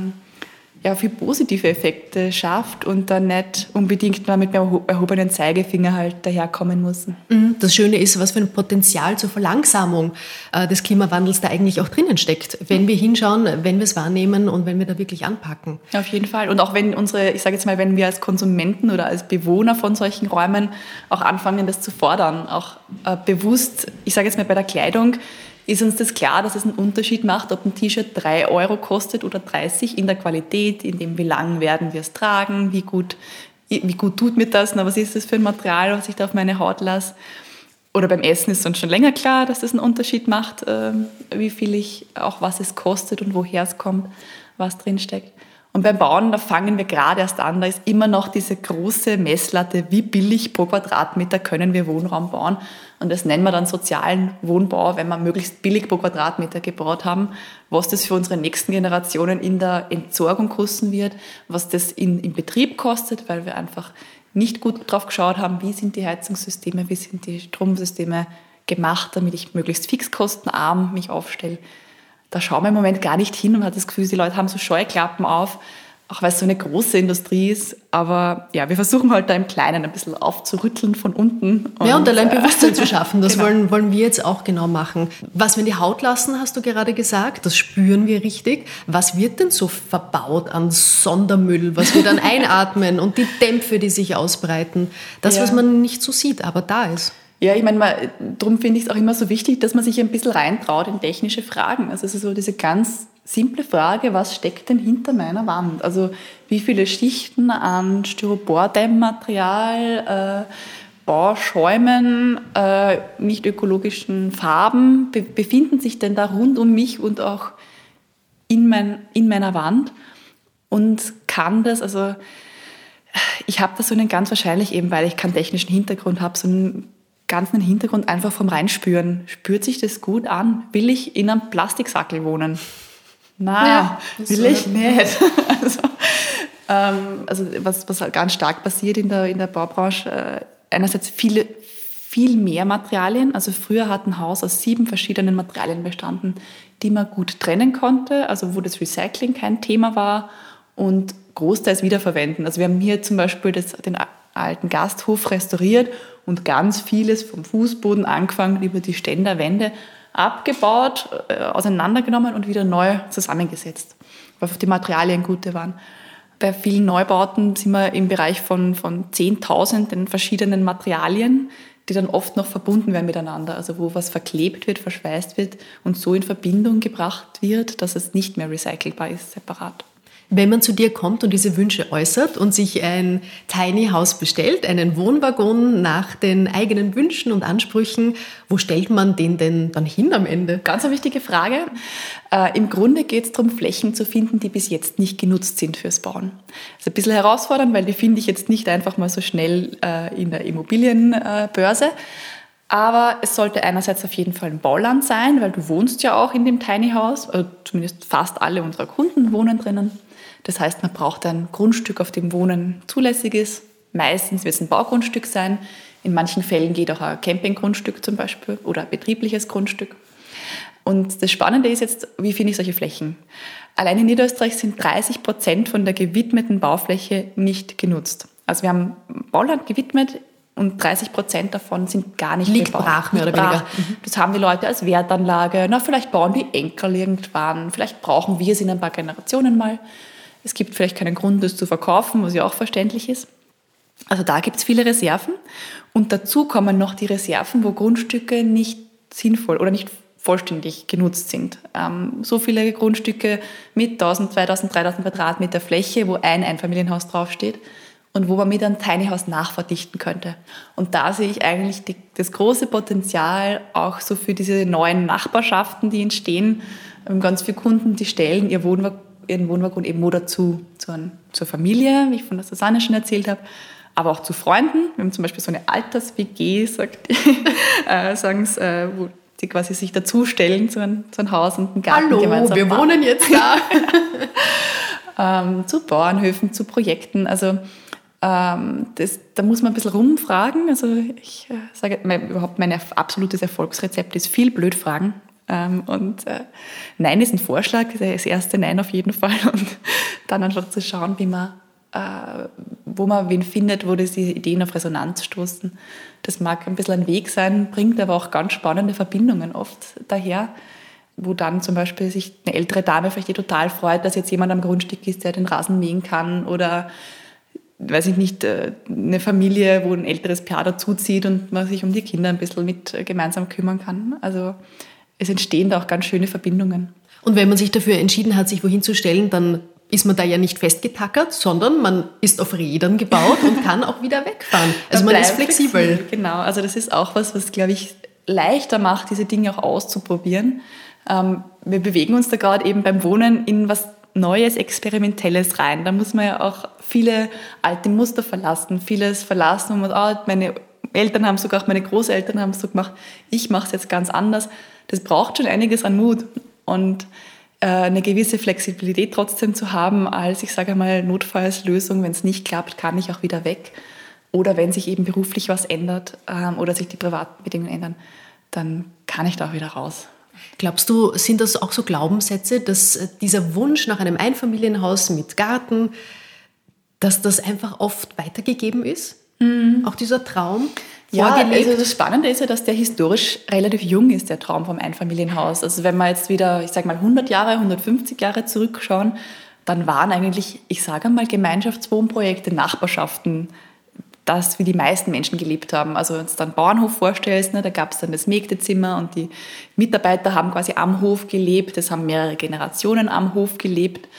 viel positive Effekte schafft und dann nicht unbedingt mal mit einem erhobenen Zeigefinger halt daherkommen muss. Das Schöne ist, was für ein Potenzial zur Verlangsamung des Klimawandels da eigentlich auch drinnen steckt, wenn wir hinschauen, wenn wir es wahrnehmen und wenn wir da wirklich anpacken. Auf jeden Fall. Und auch wenn wenn wir als Konsumenten oder als Bewohner von solchen Räumen auch anfangen, das zu fordern, auch bewusst, ich sage jetzt mal bei der Kleidung, ist uns das klar, dass es einen Unterschied macht, ob ein T-Shirt 3 Euro kostet oder 30 in der Qualität, in dem wie lang werden wir es tragen, wie gut tut mir das, was ist das für ein Material, was ich da auf meine Haut lasse. Oder beim Essen ist uns schon länger klar, dass das einen Unterschied macht, wie viel was es kostet und woher es kommt, was drinsteckt. Und beim Bauen, da fangen wir gerade erst an, da ist immer noch diese große Messlatte, wie billig pro Quadratmeter können wir Wohnraum bauen. Und das nennen wir dann sozialen Wohnbau, wenn wir möglichst billig pro Quadratmeter gebaut haben, was das für unsere nächsten Generationen in der Entsorgung kosten wird, was das im Betrieb kostet, weil wir einfach nicht gut drauf geschaut haben, wie sind die Heizungssysteme, wie sind die Stromsysteme gemacht, damit ich möglichst fixkostenarm mich aufstelle. Da schauen wir im Moment gar nicht hin und man hat das Gefühl, die Leute haben so Scheuklappen auf, auch weil es so eine große Industrie ist. Aber ja, wir versuchen halt da im Kleinen ein bisschen aufzurütteln von unten. Und allein Bewusstsein zu schaffen, das genau. wollen wir jetzt auch genau machen. Was wir in die Haut lassen, hast du gerade gesagt, das spüren wir richtig. Was wird denn so verbaut an Sondermüll, was wir dann einatmen und die Dämpfe, die sich ausbreiten? Das, was man nicht so sieht, aber da ist. Ja, ich meine, darum finde ich es auch immer so wichtig, dass man sich ein bisschen reintraut in technische Fragen. Also es ist so diese ganz simple Frage, was steckt denn hinter meiner Wand? Also wie viele Schichten an Styropor-Dämmmaterial, Bauschäumen, nicht ökologischen Farben befinden sich denn da rund um mich und auch in meiner Wand und kann das, also ich habe da so einen ganz wahrscheinlich eben, weil ich keinen technischen Hintergrund habe, so einen ganzen Hintergrund einfach vom Reinspüren. Spürt sich das gut an? Will ich in einem Plastiksackel wohnen? Nein, ja, will ich nicht. Also was halt ganz stark passiert in der Baubranche, einerseits viel mehr Materialien. Also früher hat ein Haus aus 7 verschiedenen Materialien bestanden, die man gut trennen konnte, also wo das Recycling kein Thema war und großteils wiederverwenden. Also wir haben hier zum Beispiel den alten Gasthof restauriert und ganz vieles vom Fußboden angefangen über die Ständer, Wände abgebaut, auseinandergenommen und wieder neu zusammengesetzt, weil die Materialien gute waren. Bei vielen Neubauten sind wir im Bereich von 10.000 verschiedenen Materialien, die dann oft noch verbunden werden miteinander, also wo was verklebt wird, verschweißt wird und so in Verbindung gebracht wird, dass es nicht mehr recycelbar ist, separat. Wenn man zu dir kommt und diese Wünsche äußert und sich ein Tiny House bestellt, einen Wohnwaggon nach den eigenen Wünschen und Ansprüchen, wo stellt man den denn dann hin am Ende? Ganz eine wichtige Frage. Im Grunde geht es darum, Flächen zu finden, die bis jetzt nicht genutzt sind fürs Bauen. Das ist ein bisschen herausfordernd, weil die finde ich jetzt nicht einfach mal so schnell in der Immobilienbörse. Aber es sollte einerseits auf jeden Fall ein Bauland sein, weil du wohnst ja auch in dem Tiny House, also zumindest fast alle unserer Kunden wohnen drinnen. Das heißt, man braucht ein Grundstück, auf dem Wohnen zulässig ist. Meistens wird es ein Baugrundstück sein. In manchen Fällen geht auch ein Campinggrundstück zum Beispiel oder ein betriebliches Grundstück. Und das Spannende ist jetzt, wie finde ich solche Flächen? Allein in Niederösterreich sind 30% von der gewidmeten Baufläche nicht genutzt. Also wir haben Bauland gewidmet und 30% davon sind gar nicht liegt brach, mehr oder weniger. Das haben die Leute als Wertanlage. Na, vielleicht bauen die Enkel irgendwann. Vielleicht brauchen wir es in ein paar Generationen mal. Es gibt vielleicht keinen Grund, das zu verkaufen, was ja auch verständlich ist. Also da gibt es viele Reserven. Und dazu kommen noch die Reserven, wo Grundstücke nicht sinnvoll oder nicht vollständig genutzt sind. So viele Grundstücke mit 1000, 2000, 3000 Quadratmeter Fläche, wo ein Einfamilienhaus draufsteht und wo man mit einem Tiny House nachverdichten könnte. Und da sehe ich eigentlich das große Potenzial auch so für diese neuen Nachbarschaften, die entstehen. Ganz viele Kunden, die stellen ihren Wohnwaggon eben dazu, zur Familie, wie ich von der Susanne schon erzählt habe, aber auch zu Freunden. Wir haben zum Beispiel so eine Alters-WG, sagen sie, wo die quasi sich dazustellen zu einem Haus und einen Garten Hallo, gemeinsam wir bauen. wohnen jetzt da. Zu Bauernhöfen, zu Projekten. Also da muss man ein bisschen rumfragen. Also ich sage, überhaupt mein absolutes Erfolgsrezept ist viel blöd fragen. Nein ist ein Vorschlag, das erste Nein auf jeden Fall. Und dann einfach zu schauen, wo man wen findet, wo diese Ideen auf Resonanz stoßen. Das mag ein bisschen ein Weg sein, bringt aber auch ganz spannende Verbindungen oft daher, wo dann zum Beispiel sich eine ältere Dame vielleicht total freut, dass jetzt jemand am Grundstück ist, der den Rasen mähen kann oder weiß ich nicht, eine Familie, wo ein älteres Paar dazuzieht und man sich um die Kinder ein bisschen mit gemeinsam kümmern kann. Also es entstehen da auch ganz schöne Verbindungen. Und wenn man sich dafür entschieden hat, sich wohin zu stellen, dann ist man da ja nicht festgetackert, sondern man ist auf Rädern gebaut und kann auch wieder wegfahren. Also man ist flexibel. Genau, also das ist auch was glaube ich, leichter macht, diese Dinge auch auszuprobieren. Wir bewegen uns da gerade eben beim Wohnen in was Neues, Experimentelles rein. Da muss man ja auch viele alte Muster verlassen, vieles verlassen, wo man, meine Eltern haben so gemacht, meine Großeltern haben es so gemacht, ich mache es jetzt ganz anders. Das braucht schon einiges an Mut und eine gewisse Flexibilität trotzdem zu haben, als, ich sage mal, Notfallslösung, wenn es nicht klappt, kann ich auch wieder weg. Oder wenn sich eben beruflich was ändert oder sich die privaten Bedingungen ändern, dann kann ich da auch wieder raus. Glaubst du, sind das auch so Glaubenssätze, dass dieser Wunsch nach einem Einfamilienhaus mit Garten, dass das einfach oft weitergegeben ist? Auch dieser Traum? Ja, also das Spannende ist ja, dass der historisch relativ jung ist, der Traum vom Einfamilienhaus. Also wenn wir jetzt wieder, ich sage mal 100 Jahre, 150 Jahre zurückschauen, dann waren eigentlich, ich sage mal, Gemeinschaftswohnprojekte, Nachbarschaften, das, wie die meisten Menschen gelebt haben. Also wenn du uns dann einen Bauernhof vorstellst, da gab es dann das Mägdezimmer und die Mitarbeiter haben quasi am Hof gelebt, es haben mehrere Generationen am Hof gelebt.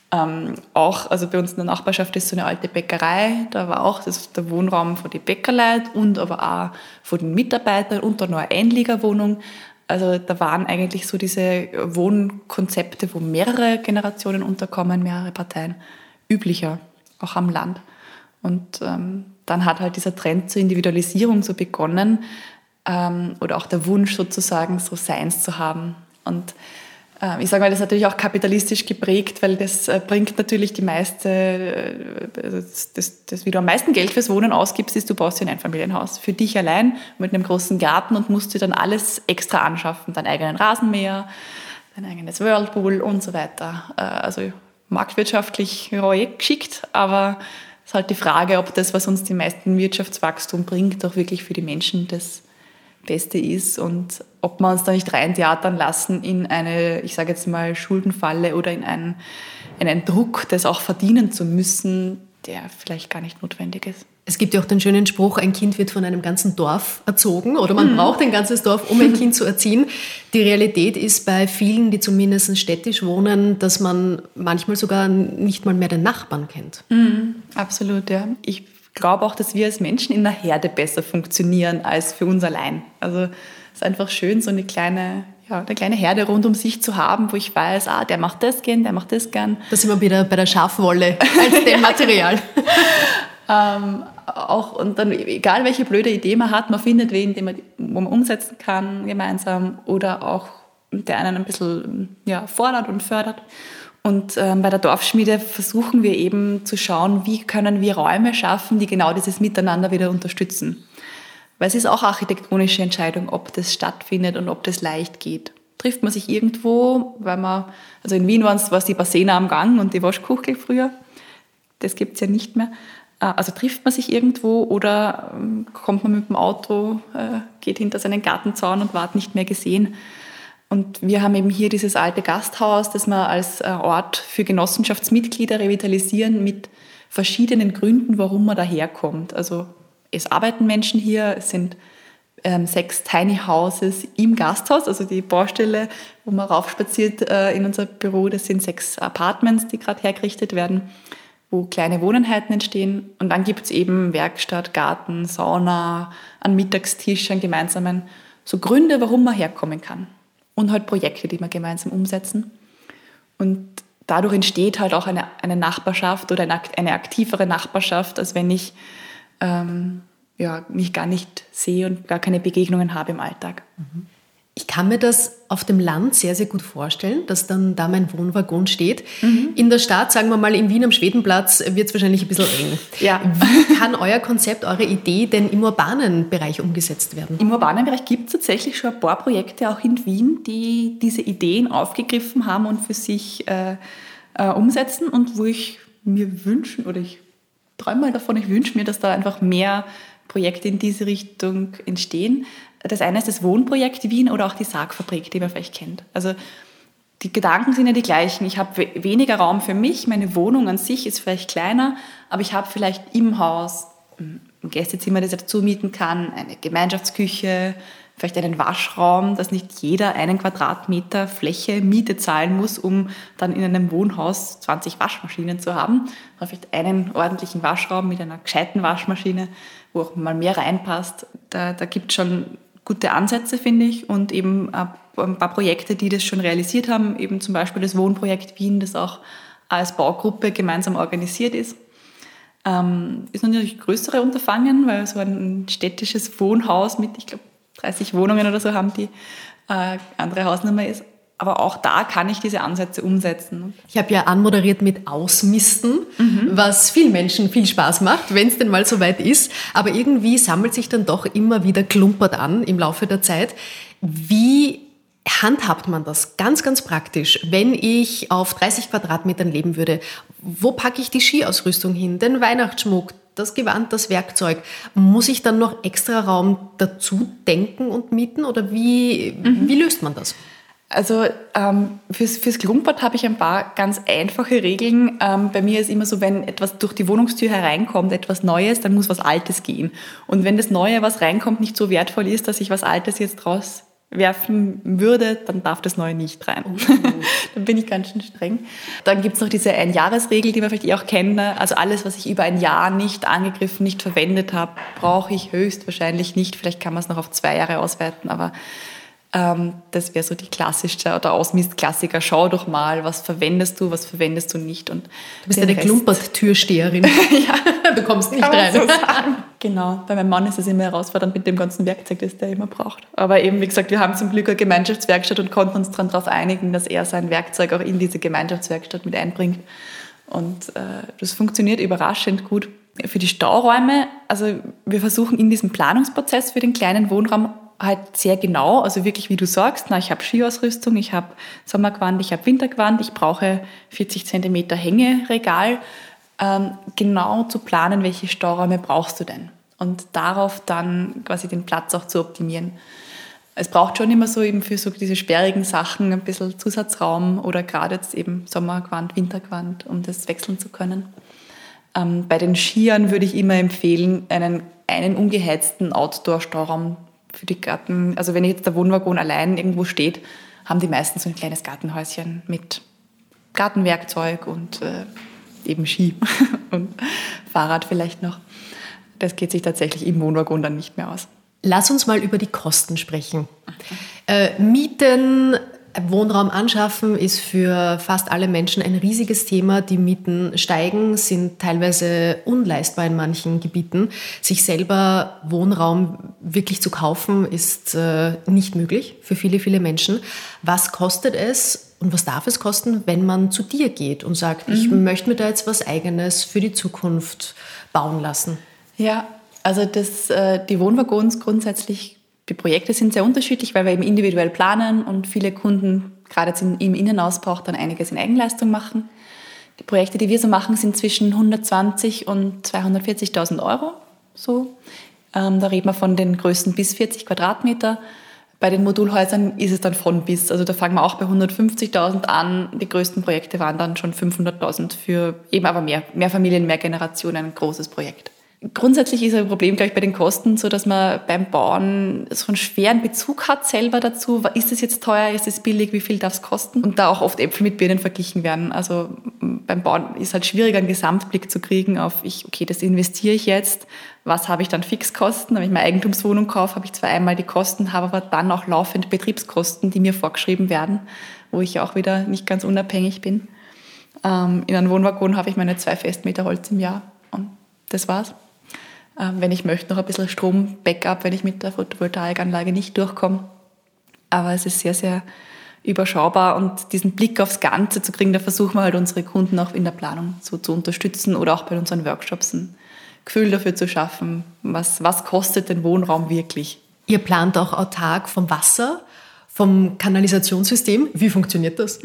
Auch, also bei uns in der Nachbarschaft ist so eine alte Bäckerei, da war auch der Wohnraum von den Bäckerleuten und aber auch von den Mitarbeitern und dann noch eine Einliegerwohnung. Also da waren eigentlich so diese Wohnkonzepte, wo mehrere Generationen unterkommen, mehrere Parteien, üblicher, auch am Land. Und dann hat halt dieser Trend zur Individualisierung so begonnen, oder auch der Wunsch sozusagen, so Seins zu haben. Und ich sage mal, das ist natürlich auch kapitalistisch geprägt, weil das bringt natürlich die meiste, das wie du am meisten Geld fürs Wohnen ausgibst, ist, du baust dir ein Einfamilienhaus für dich allein mit einem großen Garten und musst dir dann alles extra anschaffen, deinen eigenen Rasenmäher, dein eigenes Whirlpool und so weiter. Also marktwirtschaftlich geschickt, aber es ist halt die Frage, ob das, was uns den meisten Wirtschaftswachstum bringt, auch wirklich für die Menschen das Beste ist und ob wir uns da nicht reintheatern lassen in eine, ich sage jetzt mal, Schuldenfalle oder in einen Druck, das auch verdienen zu müssen, der vielleicht gar nicht notwendig ist. Es gibt ja auch den schönen Spruch, ein Kind wird von einem ganzen Dorf erzogen oder man braucht ein ganzes Dorf, um ein Kind zu erziehen. Die Realität ist bei vielen, die zumindest städtisch wohnen, dass man manchmal sogar nicht mal mehr den Nachbarn kennt. Absolut, ja. Ich glaube auch, dass wir als Menschen in einer Herde besser funktionieren als für uns allein. Also es ist einfach schön, so eine kleine Herde rund um sich zu haben, wo ich weiß, der macht das gern, der macht das gern. Da sind wir wieder bei der Schafwolle als dem Material. Auch, und dann, egal welche blöde Idee man hat, man findet wen, wo man umsetzen kann gemeinsam oder auch der einen ein bisschen fordert und fördert. Und bei der Dorfschmiede versuchen wir eben zu schauen, wie können wir Räume schaffen, die genau dieses Miteinander wieder unterstützen. Weil es ist auch architektonische Entscheidung, ob das stattfindet und ob das leicht geht. Trifft man sich irgendwo, also in Wien war es die Bassena am Gang und die Waschkuchel früher, das gibt es ja nicht mehr. Also trifft man sich irgendwo oder kommt man mit dem Auto, geht hinter seinen Gartenzaun und wird nicht mehr gesehen. Und wir haben eben hier dieses alte Gasthaus, das wir als Ort für Genossenschaftsmitglieder revitalisieren mit verschiedenen Gründen, warum man daherkommt. Also es arbeiten Menschen hier, es sind 6 Tiny Houses im Gasthaus, also die Baustelle, wo man raufspaziert in unser Büro, das sind 6 Apartments, die gerade hergerichtet werden, wo kleine Wohneinheiten entstehen. Und dann gibt es eben Werkstatt, Garten, Sauna, einen Mittagstisch, einen gemeinsamen, so Gründe, warum man herkommen kann. Und halt Projekte, die wir gemeinsam umsetzen. Und dadurch entsteht halt auch eine Nachbarschaft oder eine aktivere Nachbarschaft, als wenn ich mich gar nicht sehe und gar keine Begegnungen habe im Alltag. Ich kann mir das auf dem Land sehr, sehr gut vorstellen, dass dann da mein Wohnwaggon steht. In der Stadt, sagen wir mal in Wien am Schwedenplatz, wird es wahrscheinlich ein bisschen eng. Ja. Wie kann euer Konzept, eure Idee denn im urbanen Bereich umgesetzt werden? Im urbanen Bereich gibt es tatsächlich schon ein paar Projekte auch in Wien, die diese Ideen aufgegriffen haben und für sich umsetzen und wo ich mir wünschen, oder ich träume mal davon, ich wünsche mir, dass da einfach mehr Projekte in diese Richtung entstehen. Das eine ist das Wohnprojekt Wien oder auch die Sargfabrik, die man vielleicht kennt. Also die Gedanken sind ja die gleichen. Ich habe weniger Raum für mich, meine Wohnung an sich ist vielleicht kleiner, aber ich habe vielleicht im Haus ein Gästezimmer, das ich dazu mieten kann, eine Gemeinschaftsküche, vielleicht einen Waschraum, dass nicht jeder 1 Quadratmeter Fläche Miete zahlen muss, um dann in einem Wohnhaus 20 Waschmaschinen zu haben. Oder vielleicht einen ordentlichen Waschraum mit einer gescheiten Waschmaschine, wo auch mal mehr reinpasst. Da gibt es schon gute Ansätze, finde ich, und eben ein paar Projekte, die das schon realisiert haben, eben zum Beispiel das Wohnprojekt Wien, das auch als Baugruppe gemeinsam organisiert ist. Ist natürlich ein größere Unterfangen, weil so ein städtisches Wohnhaus mit, ich glaube, 30 Wohnungen oder so haben, die andere Hausnummer ist. Aber auch da kann ich diese Ansätze umsetzen. Ich habe ja anmoderiert mit Ausmisten, was vielen Menschen viel Spaß macht, wenn es denn mal so weit ist. Aber irgendwie sammelt sich dann doch immer wieder Klumpert an im Laufe der Zeit. Wie handhabt man das ganz, ganz praktisch, wenn ich auf 30 Quadratmetern leben würde? Wo packe ich die Skiausrüstung hin, den Weihnachtsschmuck, das Gewand, das Werkzeug? Muss ich dann noch extra Raum dazu denken und mieten oder wie löst man das? Also fürs Klumpert habe ich ein paar ganz einfache Regeln. Bei mir ist immer so, wenn etwas durch die Wohnungstür hereinkommt, etwas Neues, dann muss was Altes gehen. Und wenn das Neue, was reinkommt, nicht so wertvoll ist, dass ich was Altes jetzt draus werfen würde, dann darf das Neue nicht rein. Dann bin ich ganz schön streng. Dann gibt es noch diese Einjahresregel, die man vielleicht auch kennt. Also alles, was ich über ein Jahr nicht angegriffen, nicht verwendet habe, brauche ich höchstwahrscheinlich nicht. Vielleicht kann man es noch auf 2 Jahre ausweiten, aber das wäre so die klassischste oder Ausmist-Klassiker. Schau doch mal, was verwendest du nicht. Und du bist eine Klumpert-Türsteherin. Ja, du kommst nicht kann man rein. so sagen. Genau, bei meinem Mann ist es immer herausfordernd mit dem ganzen Werkzeug, das der immer braucht. Aber eben, wie gesagt, wir haben zum Glück eine Gemeinschaftswerkstatt und konnten uns darauf einigen, dass er sein Werkzeug auch in diese Gemeinschaftswerkstatt mit einbringt. Und das funktioniert überraschend gut. Für die Stauräume, also wir versuchen in diesem Planungsprozess für den kleinen Wohnraum halt sehr genau, also wirklich wie du sagst, ich habe Skiausrüstung, ich habe Sommergewand, ich habe Wintergewand, ich brauche 40 cm Hängeregal, genau zu planen, welche Stauräume brauchst du denn und darauf dann quasi den Platz auch zu optimieren. Es braucht schon immer so eben für so diese sperrigen Sachen ein bisschen Zusatzraum oder gerade jetzt eben Sommergewand, Wintergewand, um das wechseln zu können. Bei den Skiern würde ich immer empfehlen, einen ungeheizten Outdoor-Stauraum für die Garten. Also wenn jetzt der Wohnwaggon allein irgendwo steht, haben die meisten so ein kleines Gartenhäuschen mit Gartenwerkzeug und eben Ski und Fahrrad vielleicht noch. Das geht sich tatsächlich im Wohnwaggon dann nicht mehr aus. Lass uns mal über die Kosten sprechen. Mieten, Wohnraum anschaffen ist für fast alle Menschen ein riesiges Thema. Die Mieten steigen, sind teilweise unleistbar in manchen Gebieten. Sich selber Wohnraum wirklich zu kaufen, ist nicht möglich für viele, viele Menschen. Was kostet es und was darf es kosten, wenn man zu dir geht und sagt, ich möchte mir da jetzt was Eigenes für die Zukunft bauen lassen? Ja, also die Wohnwaggons grundsätzlich, die Projekte sind sehr unterschiedlich, weil wir eben individuell planen und viele Kunden, gerade jetzt im Innenausbau, dann einiges in Eigenleistung machen. Die Projekte, die wir so machen, sind zwischen 120.000 und 240.000 Euro. So. Da reden wir von den Größen bis 40 Quadratmeter. Bei den Modulhäusern ist es dann von bis. Also da fangen wir auch bei 150.000 an. Die größten Projekte waren dann schon 500.000 für eben aber mehr Familien, mehr Generationen, ein großes Projekt. Grundsätzlich ist ein Problem, glaube ich, bei den Kosten so, dass man beim Bauen so einen schweren Bezug hat selber dazu. Ist es jetzt teuer, ist es billig, wie viel darf es kosten? Und da auch oft Äpfel mit Birnen verglichen werden. Also beim Bauen ist halt schwieriger, einen Gesamtblick zu kriegen auf, das investiere ich jetzt, was habe ich dann Fixkosten? Wenn ich meine Eigentumswohnung kaufe, habe ich zwar einmal die Kosten, habe aber dann auch laufend Betriebskosten, die mir vorgeschrieben werden, wo ich auch wieder nicht ganz unabhängig bin. In einem Wohnwaggon habe ich meine 2 Festmeter Holz im Jahr und das war's. Wenn ich möchte, noch ein bisschen Strom-Backup, wenn ich mit der Photovoltaikanlage nicht durchkomme. Aber es ist sehr, sehr überschaubar und diesen Blick aufs Ganze zu kriegen, da versuchen wir halt unsere Kunden auch in der Planung so zu unterstützen oder auch bei unseren Workshops ein Gefühl dafür zu schaffen, was kostet den Wohnraum wirklich. Ihr plant auch autark vom Wasser, vom Kanalisationssystem. Wie funktioniert das?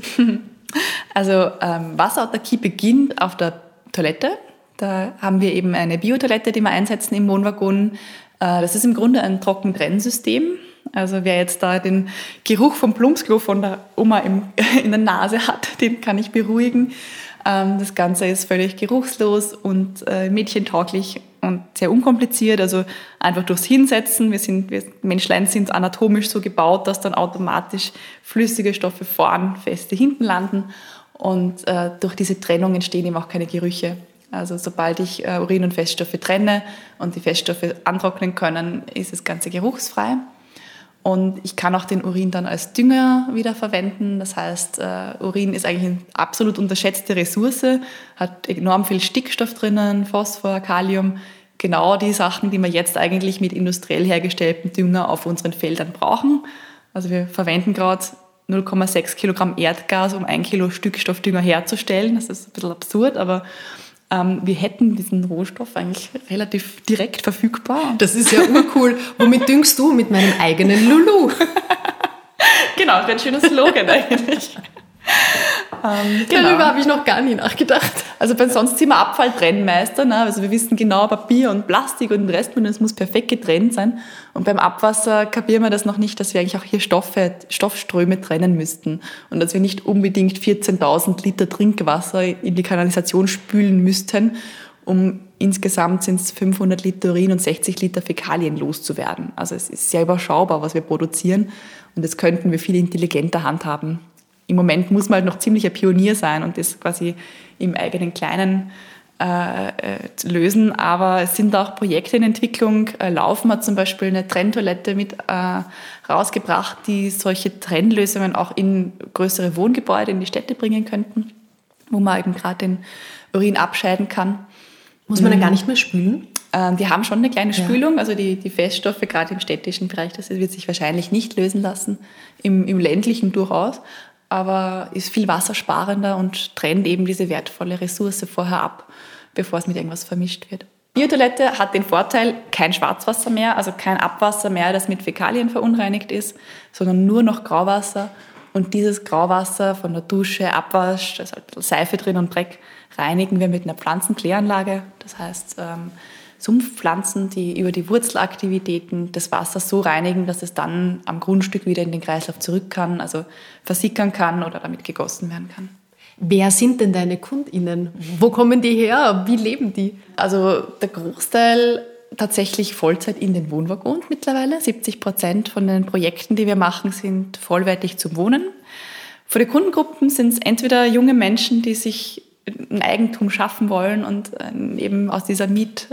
Also Wasserautarkie beginnt auf der Toilette. Da haben wir eben eine Biotoilette, die wir einsetzen im Wohnwaggon. Das ist im Grunde ein Trockentrennsystem. Also wer jetzt da den Geruch vom Plumpsklo von der Oma in der Nase hat, den kann ich beruhigen. Das Ganze ist völlig geruchslos und mädchentauglich und sehr unkompliziert. Also einfach durchs Hinsetzen. Wir Menschlein sind anatomisch so gebaut, dass dann automatisch flüssige Stoffe vorn, feste hinten landen. Und durch diese Trennung entstehen eben auch keine Gerüche. Also sobald ich Urin und Feststoffe trenne und die Feststoffe antrocknen können, ist das Ganze geruchsfrei. Und ich kann auch den Urin dann als Dünger wieder verwenden. Das heißt, Urin ist eigentlich eine absolut unterschätzte Ressource, hat enorm viel Stickstoff drinnen, Phosphor, Kalium. Genau die Sachen, die wir jetzt eigentlich mit industriell hergestelltem Dünger auf unseren Feldern brauchen. Also wir verwenden gerade 0,6 Kilogramm Erdgas, um 1 Kilo Stickstoffdünger herzustellen. Das ist ein bisschen absurd, aber wir hätten diesen Rohstoff eigentlich relativ direkt verfügbar. Das ist ja urcool. Womit düngst du? Mit meinem eigenen Lulu. Genau, das wäre ein schöner Slogan eigentlich. Genau. Darüber habe ich noch gar nie nachgedacht. Also sonst sind wir Abfalltrennmeister. Ne? Also wir wissen genau, Papier und Plastik und den Restmüll, das muss perfekt getrennt sein. Und beim Abwasser kapieren wir das noch nicht, dass wir eigentlich auch hier Stoffströme trennen müssten. Und dass wir nicht unbedingt 14.000 Liter Trinkwasser in die Kanalisation spülen müssten, Insgesamt sind es 500 Liter Urin und 60 Liter Fäkalien loszuwerden. Also es ist sehr überschaubar, was wir produzieren und das könnten wir viel intelligenter handhaben. Im Moment muss man halt noch ziemlich ein Pionier sein und das quasi im eigenen Kleinen lösen, aber es sind auch Projekte in Entwicklung. Laufen hat zum Beispiel eine Trenntoilette mit rausgebracht, die solche Trennlösungen auch in größere Wohngebäude, in die Städte bringen könnten, wo man eben gerade den Urin abscheiden kann. Muss man dann gar nicht mehr spülen? Die haben schon eine kleine Spülung, also die Feststoffe, gerade im städtischen Bereich, das wird sich wahrscheinlich nicht lösen lassen, im ländlichen durchaus, aber ist viel wassersparender und trennt eben diese wertvolle Ressource vorher ab, bevor es mit irgendwas vermischt wird. Biotoilette hat den Vorteil, kein Schwarzwasser mehr, also kein Abwasser mehr, das mit Fäkalien verunreinigt ist, sondern nur noch Grauwasser. Und dieses Grauwasser von der Dusche, Abwasch, da ist halt Seife drin und Dreck, reinigen wir mit einer Pflanzenkläranlage. Das heißt, Sumpfpflanzen, die über die Wurzelaktivitäten das Wasser so reinigen, dass es dann am Grundstück wieder in den Kreislauf zurück kann, also versickern kann oder damit gegossen werden kann. Wer sind denn deine KundInnen? Wo kommen die her? Wie leben die? Also der Großteil tatsächlich Vollzeit in den Wohnwagen mittlerweile. 70% von den Projekten, die wir machen, sind vollwertig zum Wohnen. Für die Kundengruppen sind es entweder junge Menschen, die sich ein Eigentum schaffen wollen und eben aus dieser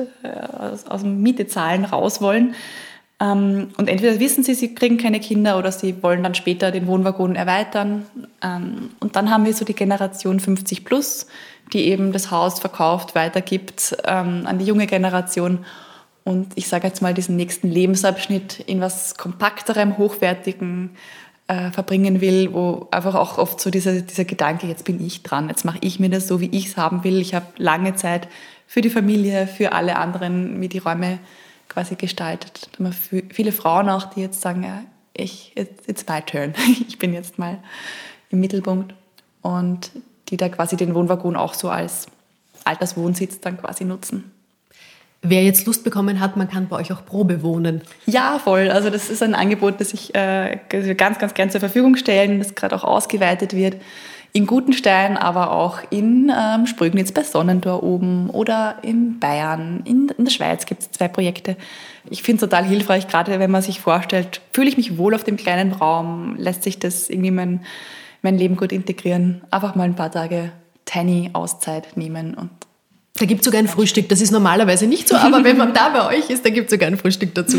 aus dem Mietezahlen raus wollen. Und entweder wissen sie kriegen keine Kinder oder sie wollen dann später den Wohnwagen erweitern. Und dann haben wir so die Generation 50 plus, die eben das Haus verkauft, weitergibt an die junge Generation. Und ich sage jetzt mal, diesen nächsten Lebensabschnitt in was Kompakterem, Hochwertigen verbringen will, wo einfach auch oft so dieser Gedanke, jetzt bin ich dran, jetzt mache ich mir das so, wie ich es haben will. Ich habe lange Zeit für die Familie, für alle anderen mir die Räume quasi gestaltet. Da haben wir viele Frauen auch, die jetzt sagen, ja, it's my turn. Ich bin jetzt mal im Mittelpunkt und die da quasi den Wohnwagen auch so als Alterswohnsitz dann quasi nutzen. Wer jetzt Lust bekommen hat, man kann bei euch auch Probe wohnen. Ja, voll. Also das ist ein Angebot, das ich ganz, ganz gern zur Verfügung stellen, das gerade auch ausgeweitet wird. In Gutenstein, aber auch in Sprögnitz bei Sonnentor oben oder in Bayern. In der Schweiz gibt es 2 Projekte. Ich finde es total hilfreich, gerade wenn man sich vorstellt, fühle ich mich wohl auf dem kleinen Raum, lässt sich das irgendwie mein Leben gut integrieren. Einfach mal ein paar Tage Tiny Auszeit nehmen und da gibt es sogar ein Frühstück. Das ist normalerweise nicht so, aber wenn man da bei euch ist, da gibt es sogar ein Frühstück dazu.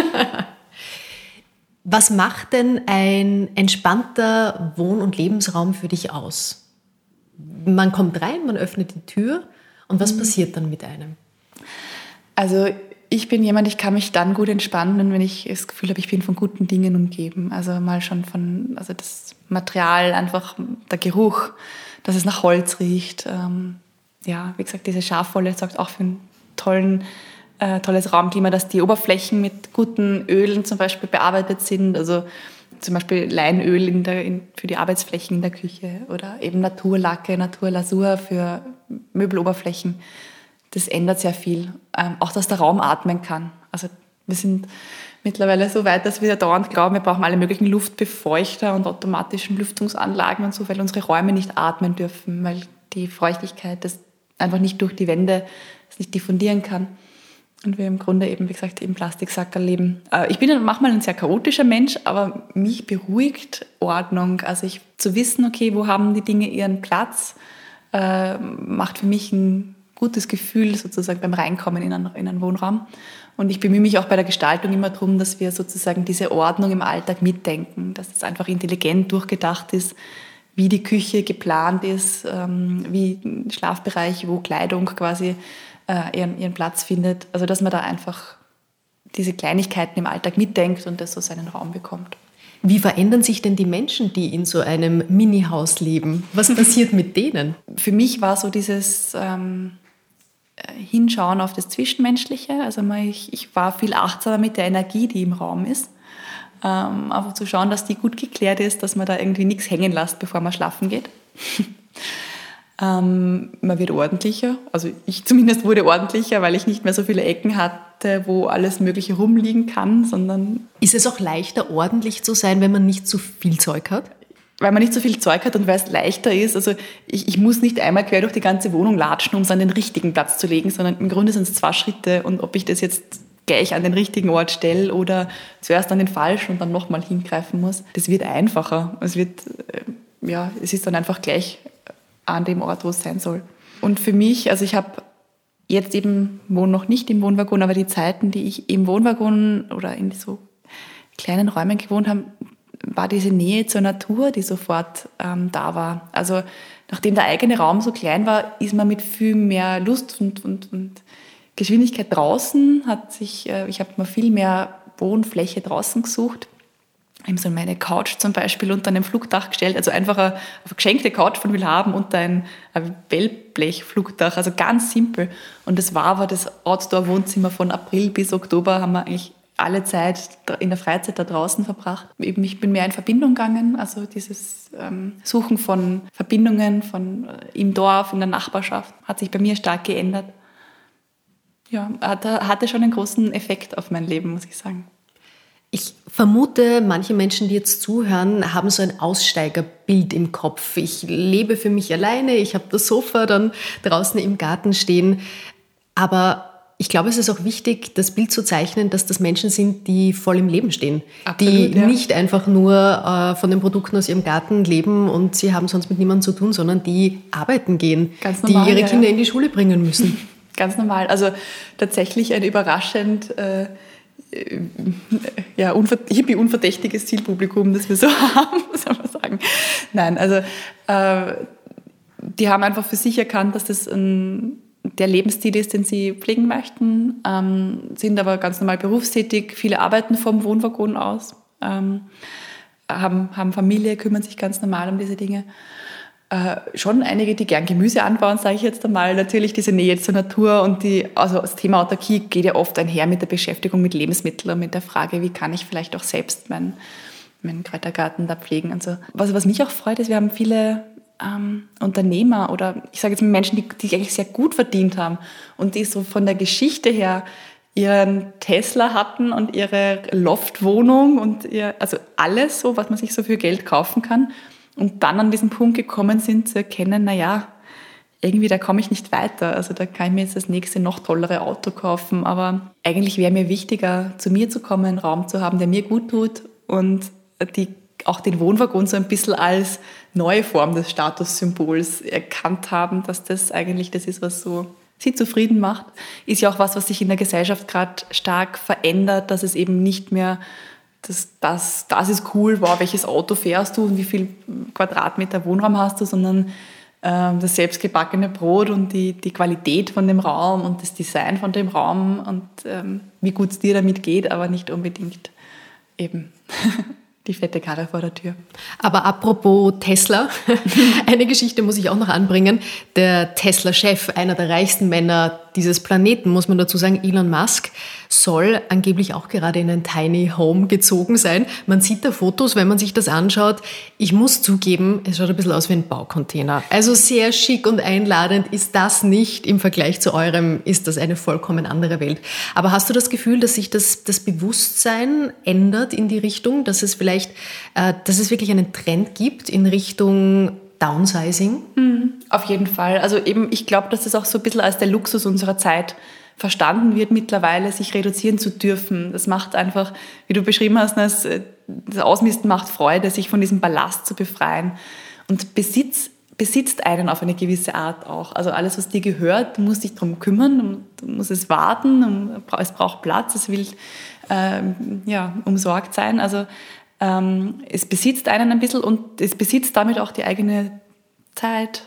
Was macht denn ein entspannter Wohn- und Lebensraum für dich aus? Man kommt rein, man öffnet die Tür und was passiert dann mit einem? Also ich bin jemand, ich kann mich dann gut entspannen, wenn ich das Gefühl habe, ich bin von guten Dingen umgeben. Also mal schon also das Material, einfach der Geruch, dass es nach Holz riecht. Ja, wie gesagt, diese Schafwolle sorgt auch für ein tolles Raumklima, dass die Oberflächen mit guten Ölen zum Beispiel bearbeitet sind. Also zum Beispiel Leinöl für die Arbeitsflächen in der Küche oder eben Naturlacke, Naturlasur für Möbeloberflächen. Das ändert sehr viel. Auch, dass der Raum atmen kann. Also wir sind mittlerweile so weit, dass wir dauernd glauben, wir brauchen alle möglichen Luftbefeuchter und automatischen Lüftungsanlagen und so, weil unsere Räume nicht atmen dürfen, weil die Feuchtigkeit das einfach nicht durch die Wände nicht diffundieren kann. Und wir im Grunde eben, wie gesagt, im Plastiksackerl leben. Ich bin manchmal ein sehr chaotischer Mensch, aber mich beruhigt Ordnung. Also zu wissen, okay, wo haben die Dinge ihren Platz, macht für mich ein gutes Gefühl sozusagen beim Reinkommen in einen Wohnraum. Und ich bemühe mich auch bei der Gestaltung immer darum, dass wir sozusagen diese Ordnung im Alltag mitdenken, dass es einfach intelligent durchgedacht ist, wie die Küche geplant ist, wie ein Schlafbereich, wo Kleidung quasi ihren Platz findet. Also dass man da einfach diese Kleinigkeiten im Alltag mitdenkt und das so seinen Raum bekommt. Wie verändern sich denn die Menschen, die in so einem Mini-Haus leben? Was passiert mit denen? Für mich war so dieses Hinschauen auf das Zwischenmenschliche. Also ich war viel achtsamer mit der Energie, die im Raum ist. Einfach zu schauen, dass die gut geklärt ist, dass man da irgendwie nichts hängen lässt, bevor man schlafen geht. Man wird ordentlicher, also ich zumindest wurde ordentlicher, weil ich nicht mehr so viele Ecken hatte, wo alles Mögliche rumliegen kann, sondern... Ist es auch leichter, ordentlich zu sein, wenn man nicht zu viel Zeug hat? weil man nicht so viel Zeug hat und weil es leichter ist. Also ich muss nicht einmal quer durch die ganze Wohnung latschen, um es an den richtigen Platz zu legen, sondern im Grunde sind es 2 Schritte. Und ob ich das jetzt gleich an den richtigen Ort stelle oder zuerst an den falschen und dann nochmal hingreifen muss, das wird einfacher. Es ist dann einfach gleich an dem Ort, wo es sein soll. Und für mich, also ich habe jetzt eben wohne noch nicht im Wohnwaggon, aber die Zeiten, die ich im Wohnwaggon oder in so kleinen Räumen gewohnt habe, war diese Nähe zur Natur, die sofort da war. Also nachdem der eigene Raum so klein war, ist man mit viel mehr Lust und Geschwindigkeit draußen. Ich habe mir viel mehr Wohnfläche draußen gesucht. Ich habe so meine Couch zum Beispiel unter einem Flugdach gestellt, also einfach eine geschenkte Couch von Willhaben unter ein Wellblechflugdach, also ganz simpel. Und das war aber das Outdoor-Wohnzimmer von April bis Oktober, haben wir eigentlich alle Zeit in der Freizeit da draußen verbracht. Eben, ich bin mehr in Verbindung gegangen, also dieses Suchen von Verbindungen im Dorf, in der Nachbarschaft, hat sich bei mir stark geändert. Ja, hatte schon einen großen Effekt auf mein Leben, muss ich sagen. Ich vermute, manche Menschen, die jetzt zuhören, haben so ein Aussteigerbild im Kopf. Ich lebe für mich alleine, ich habe das Sofa dann draußen im Garten stehen. Aber ich glaube, es ist auch wichtig, das Bild zu zeichnen, dass das Menschen sind, die voll im Leben stehen. Absolut, die nicht einfach nur von den Produkten aus ihrem Garten leben und sie haben sonst mit niemandem zu tun, sondern die arbeiten gehen, ganz normal, die ihre Kinder in die Schule bringen müssen. Ganz normal. Also tatsächlich ein überraschend hippie-unverdächtiges Zielpublikum, das wir so haben, soll man sagen. Nein, also die haben einfach für sich erkannt, dass das der Lebensstil ist, den sie pflegen möchten, sind aber ganz normal berufstätig, viele arbeiten vom Wohnwaggon aus, haben Familie, kümmern sich ganz normal um diese Dinge. Schon einige, die gern Gemüse anbauen, sage ich jetzt einmal. Natürlich diese Nähe zur Natur und also das Thema Autarkie geht ja oft einher mit der Beschäftigung mit Lebensmitteln und mit der Frage, wie kann ich vielleicht auch selbst meinen Kräutergarten da pflegen und so. Was mich auch freut, ist, wir haben viele Unternehmer oder ich sage jetzt mal Menschen, die eigentlich sehr gut verdient haben und die so von der Geschichte her ihren Tesla hatten und ihre Loftwohnung und also alles so, was man sich so für Geld kaufen kann. Und dann an diesen Punkt gekommen sind, zu erkennen, naja, irgendwie da komme ich nicht weiter. Also da kann ich mir jetzt das nächste noch tollere Auto kaufen. Aber eigentlich wäre mir wichtiger, zu mir zu kommen, einen Raum zu haben, der mir gut tut und die auch den Wohnwaggon so ein bisschen als neue Form des Statussymbols erkannt haben, dass das eigentlich das ist, was so sie zufrieden macht. Ist ja auch was sich in der Gesellschaft gerade stark verändert, dass es eben nicht mehr das ist cool, wow, welches Auto fährst du und wie viel Quadratmeter Wohnraum hast du, sondern das selbstgebackene Brot und die Qualität von dem Raum und das Design von dem Raum und wie gut es dir damit geht, aber nicht unbedingt eben die fette Karre vor der Tür. Aber apropos Tesla, eine Geschichte muss ich auch noch anbringen. Der Tesla-Chef, einer der reichsten Männer dieses Planeten, muss man dazu sagen, Elon Musk, soll angeblich auch gerade in ein Tiny Home gezogen sein. Man sieht da Fotos, wenn man sich das anschaut. Ich muss zugeben, es schaut ein bisschen aus wie ein Baucontainer. Also sehr schick und einladend ist das nicht. Im Vergleich zu eurem ist das eine vollkommen andere Welt. Aber hast du das Gefühl, dass sich das Bewusstsein ändert in die Richtung, dass es wirklich einen Trend gibt in Richtung Downsizing? Auf jeden Fall. Also eben, ich glaube, dass das auch so ein bisschen als der Luxus unserer Zeit verstanden wird mittlerweile, sich reduzieren zu dürfen. Das macht einfach, wie du beschrieben hast, das Ausmisten macht Freude, sich von diesem Ballast zu befreien. Und besitzt einen auf eine gewisse Art auch. Also alles, was dir gehört, du musst dich darum kümmern, du musst es warten, es braucht Platz, es will umsorgt sein. Also es besitzt einen ein bisschen und es besitzt damit auch die eigene Zeit,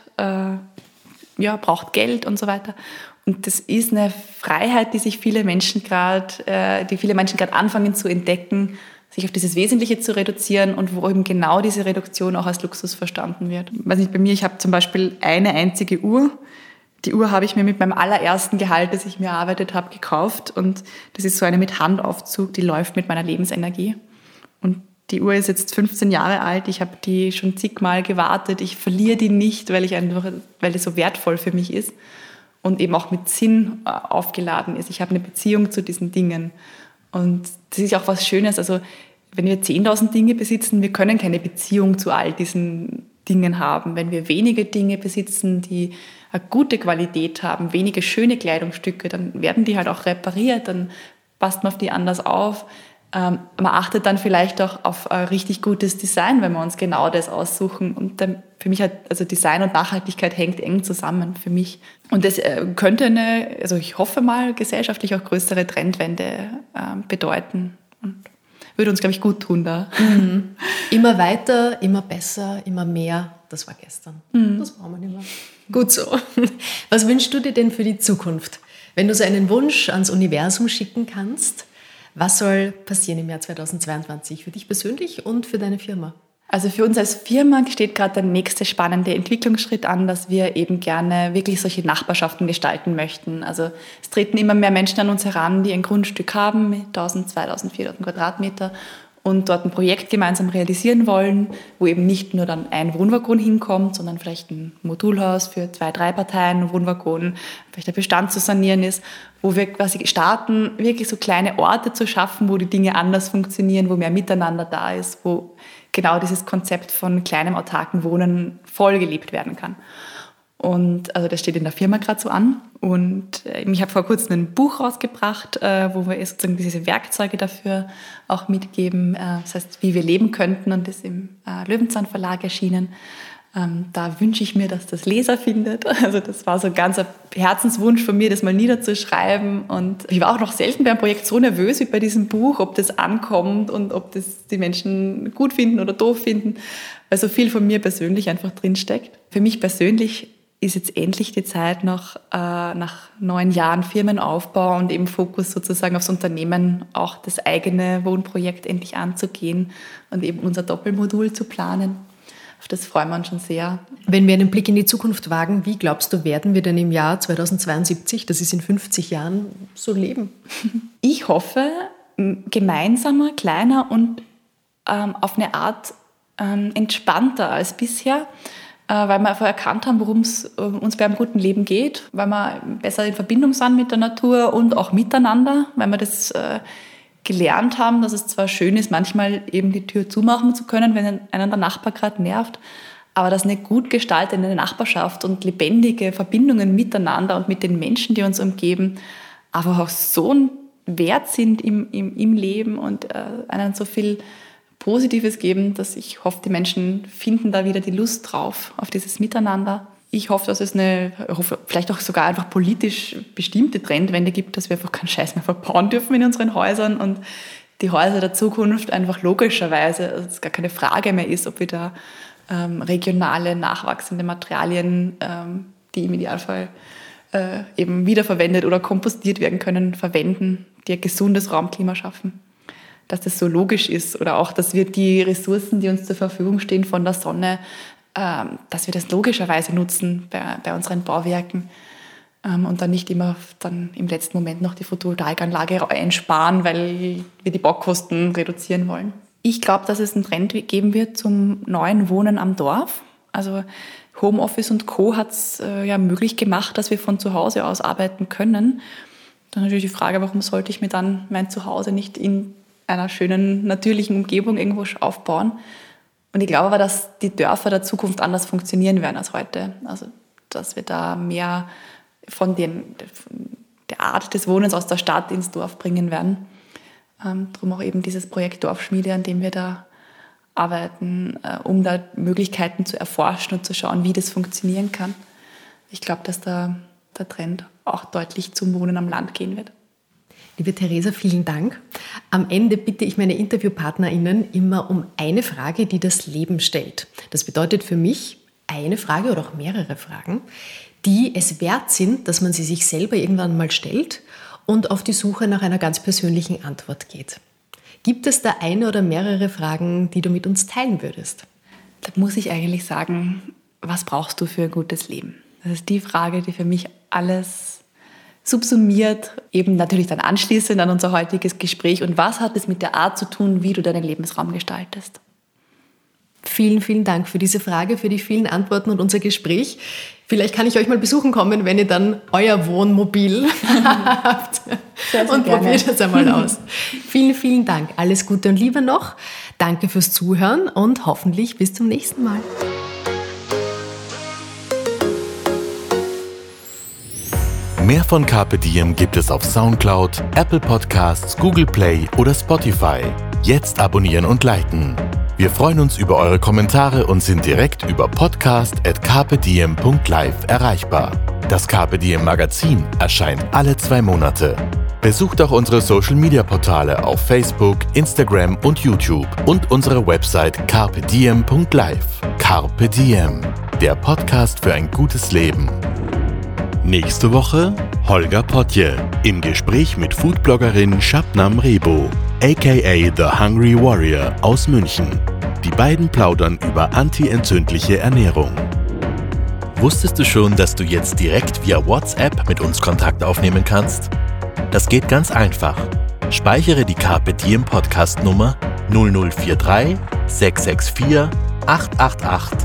braucht Geld und so weiter. Und das ist eine Freiheit, die viele Menschen gerade anfangen zu entdecken, sich auf dieses Wesentliche zu reduzieren und wo eben genau diese Reduktion auch als Luxus verstanden wird. Ich weiß nicht, bei mir, ich habe zum Beispiel eine einzige Uhr. Die Uhr habe ich mir mit meinem allerersten Gehalt, das ich mir erarbeitet habe, gekauft. Und das ist so eine mit Handaufzug, die läuft mit meiner Lebensenergie. Und die Uhr ist jetzt 15 Jahre alt. Ich habe die schon zigmal gewartet. Ich verliere die nicht, weil die so wertvoll für mich ist. Und eben auch mit Sinn aufgeladen ist. Ich habe eine Beziehung zu diesen Dingen. Und das ist ja auch was Schönes. Also wenn wir 10.000 Dinge besitzen, wir können keine Beziehung zu all diesen Dingen haben. Wenn wir wenige Dinge besitzen, die eine gute Qualität haben, wenige schöne Kleidungsstücke, dann werden die halt auch repariert, dann passt man auf die anders auf. Man achtet dann vielleicht auch auf ein richtig gutes Design, wenn wir uns genau das aussuchen. Und dann für mich also Design und Nachhaltigkeit hängt eng zusammen für mich. Und das könnte also ich hoffe mal, gesellschaftlich auch größere Trendwende bedeuten. Und würde uns, glaube ich, gut tun da. Mhm. Immer weiter, immer besser, immer mehr. Das war gestern. Das brauchen wir nicht mehr. Gut so. Was wünschst du dir denn für die Zukunft? Wenn du so einen Wunsch ans Universum schicken kannst, was soll passieren im Jahr 2022 für dich persönlich und für deine Firma? Also für uns als Firma steht gerade der nächste spannende Entwicklungsschritt an, dass wir eben gerne wirklich solche Nachbarschaften gestalten möchten. Also es treten immer mehr Menschen an uns heran, die ein Grundstück haben mit 1.000, 2.000, 4.000 Quadratmeter und dort ein Projekt gemeinsam realisieren wollen, wo eben nicht nur dann ein Wohnwaggon hinkommt, sondern vielleicht ein Modulhaus für 2, 3 Parteien, ein Wohnwaggon, vielleicht der Bestand zu sanieren ist, wo wir quasi starten, wirklich so kleine Orte zu schaffen, wo die Dinge anders funktionieren, wo mehr Miteinander da ist, wo genau dieses Konzept von kleinem autarken Wohnen voll gelebt werden kann. Und also das steht in der Firma gerade so an. Und ich habe vor kurzem ein Buch rausgebracht, wo wir sozusagen diese Werkzeuge dafür auch mitgeben. Das heißt, wie wir leben könnten, und das ist im Löwenzahn Verlag erschienen. Da wünsche ich mir, dass das Leser findet. Also das war so ein ganzer Herzenswunsch von mir, das mal niederzuschreiben. Und ich war auch noch selten beim Projekt so nervös wie bei diesem Buch, ob das ankommt und ob das die Menschen gut finden oder doof finden, weil so viel von mir persönlich einfach drinsteckt. Für mich persönlich ist jetzt endlich die Zeit, nach 9 Jahren Firmenaufbau und eben Fokus sozusagen aufs Unternehmen, auch das eigene Wohnprojekt endlich anzugehen und eben unser Doppelmodul zu planen. Auf das freuen wir uns schon sehr. Wenn wir einen Blick in die Zukunft wagen, wie glaubst du, werden wir denn im Jahr 2072, das ist in 50 Jahren, so leben? Ich hoffe, gemeinsamer, kleiner und auf eine Art entspannter als bisher, weil wir einfach erkannt haben, worum es uns bei einem guten Leben geht, weil wir besser in Verbindung sind mit der Natur und auch miteinander, weil wir das gelernt haben, dass es zwar schön ist, manchmal eben die Tür zumachen zu können, wenn einen der Nachbar gerade nervt, aber dass eine gut gestaltete Nachbarschaft und lebendige Verbindungen miteinander und mit den Menschen, die uns umgeben, einfach auch so ein Wert sind im Leben und einen so viel Positives geben, dass ich hoffe, die Menschen finden da wieder die Lust drauf, auf dieses Miteinander. Ich hoffe, dass es vielleicht auch sogar einfach politisch bestimmte Trendwende gibt, dass wir einfach keinen Scheiß mehr verbauen dürfen in unseren Häusern und die Häuser der Zukunft einfach logischerweise, also es gar keine Frage mehr ist, ob wir da regionale, nachwachsende Materialien, die im Idealfall eben wiederverwendet oder kompostiert werden können, verwenden, die ein gesundes Raumklima schaffen. Dass das so logisch ist oder auch, dass wir die Ressourcen, die uns zur Verfügung stehen von der Sonne, dass wir das logischerweise nutzen bei unseren Bauwerken und dann nicht immer dann im letzten Moment noch die Photovoltaikanlage einsparen, weil wir die Baukosten reduzieren wollen. Ich glaube, dass es einen Trend geben wird zum neuen Wohnen am Dorf. Also Homeoffice und Co. hat es möglich gemacht, dass wir von zu Hause aus arbeiten können. Dann natürlich die Frage, warum sollte ich mir dann mein Zuhause nicht in einer schönen, natürlichen Umgebung irgendwo aufbauen. Und ich glaube aber, dass die Dörfer der Zukunft anders funktionieren werden als heute. Also, dass wir da mehr von der Art des Wohnens aus der Stadt ins Dorf bringen werden. Darum auch eben dieses Projekt Dorfschmiede, an dem wir da arbeiten, um da Möglichkeiten zu erforschen und zu schauen, wie das funktionieren kann. Ich glaube, dass da der Trend auch deutlich zum Wohnen am Land gehen wird. Liebe Theresa, vielen Dank. Am Ende bitte ich meine InterviewpartnerInnen immer um eine Frage, die das Leben stellt. Das bedeutet für mich eine Frage oder auch mehrere Fragen, die es wert sind, dass man sie sich selber irgendwann mal stellt und auf die Suche nach einer ganz persönlichen Antwort geht. Gibt es da eine oder mehrere Fragen, die du mit uns teilen würdest? Da muss ich eigentlich sagen, was brauchst du für ein gutes Leben? Das ist die Frage, die für mich alles subsumiert, eben natürlich dann anschließend an unser heutiges Gespräch. Und was hat es mit der Art zu tun, wie du deinen Lebensraum gestaltest? Vielen, vielen Dank für diese Frage, für die vielen Antworten und unser Gespräch. Vielleicht kann ich euch mal besuchen kommen, wenn ihr dann euer Wohnmobil habt. Sehr, sehr und gerne. probier das einmal aus. Vielen, vielen Dank. Alles Gute und Liebe noch. Danke fürs Zuhören und hoffentlich bis zum nächsten Mal. Mehr von Carpe Diem gibt es auf Soundcloud, Apple Podcasts, Google Play oder Spotify. Jetzt abonnieren und liken. Wir freuen uns über eure Kommentare und sind direkt über podcast@carpediem.live erreichbar. Das Carpe Diem Magazin erscheint alle 2 Monate. Besucht auch unsere Social-Media-Portale auf Facebook, Instagram und YouTube und unsere Website carpediem.live. Carpe Diem, der Podcast für ein gutes Leben. Nächste Woche Holger Potje im Gespräch mit Foodbloggerin Shabnam Rebo, aka The Hungry Warrior aus München. Die beiden plaudern über anti-entzündliche Ernährung. Wusstest du schon, dass du jetzt direkt via WhatsApp mit uns Kontakt aufnehmen kannst? Das geht ganz einfach. Speichere die Carpe Diem Podcast-Nummer 0043 664 888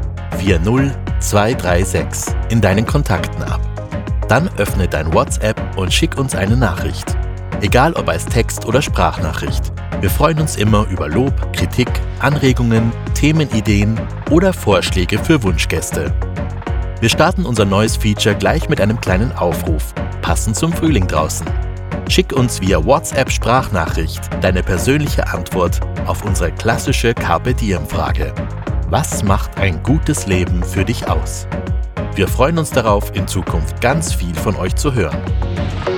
40236 in deinen Kontakten ab. Dann öffne dein WhatsApp und schick uns eine Nachricht. Egal ob als Text- oder Sprachnachricht. Wir freuen uns immer über Lob, Kritik, Anregungen, Themenideen oder Vorschläge für Wunschgäste. Wir starten unser neues Feature gleich mit einem kleinen Aufruf, passend zum Frühling draußen. Schick uns via WhatsApp-Sprachnachricht deine persönliche Antwort auf unsere klassische Carpe Diem-Frage. Was macht ein gutes Leben für dich aus? Wir freuen uns darauf, in Zukunft ganz viel von euch zu hören.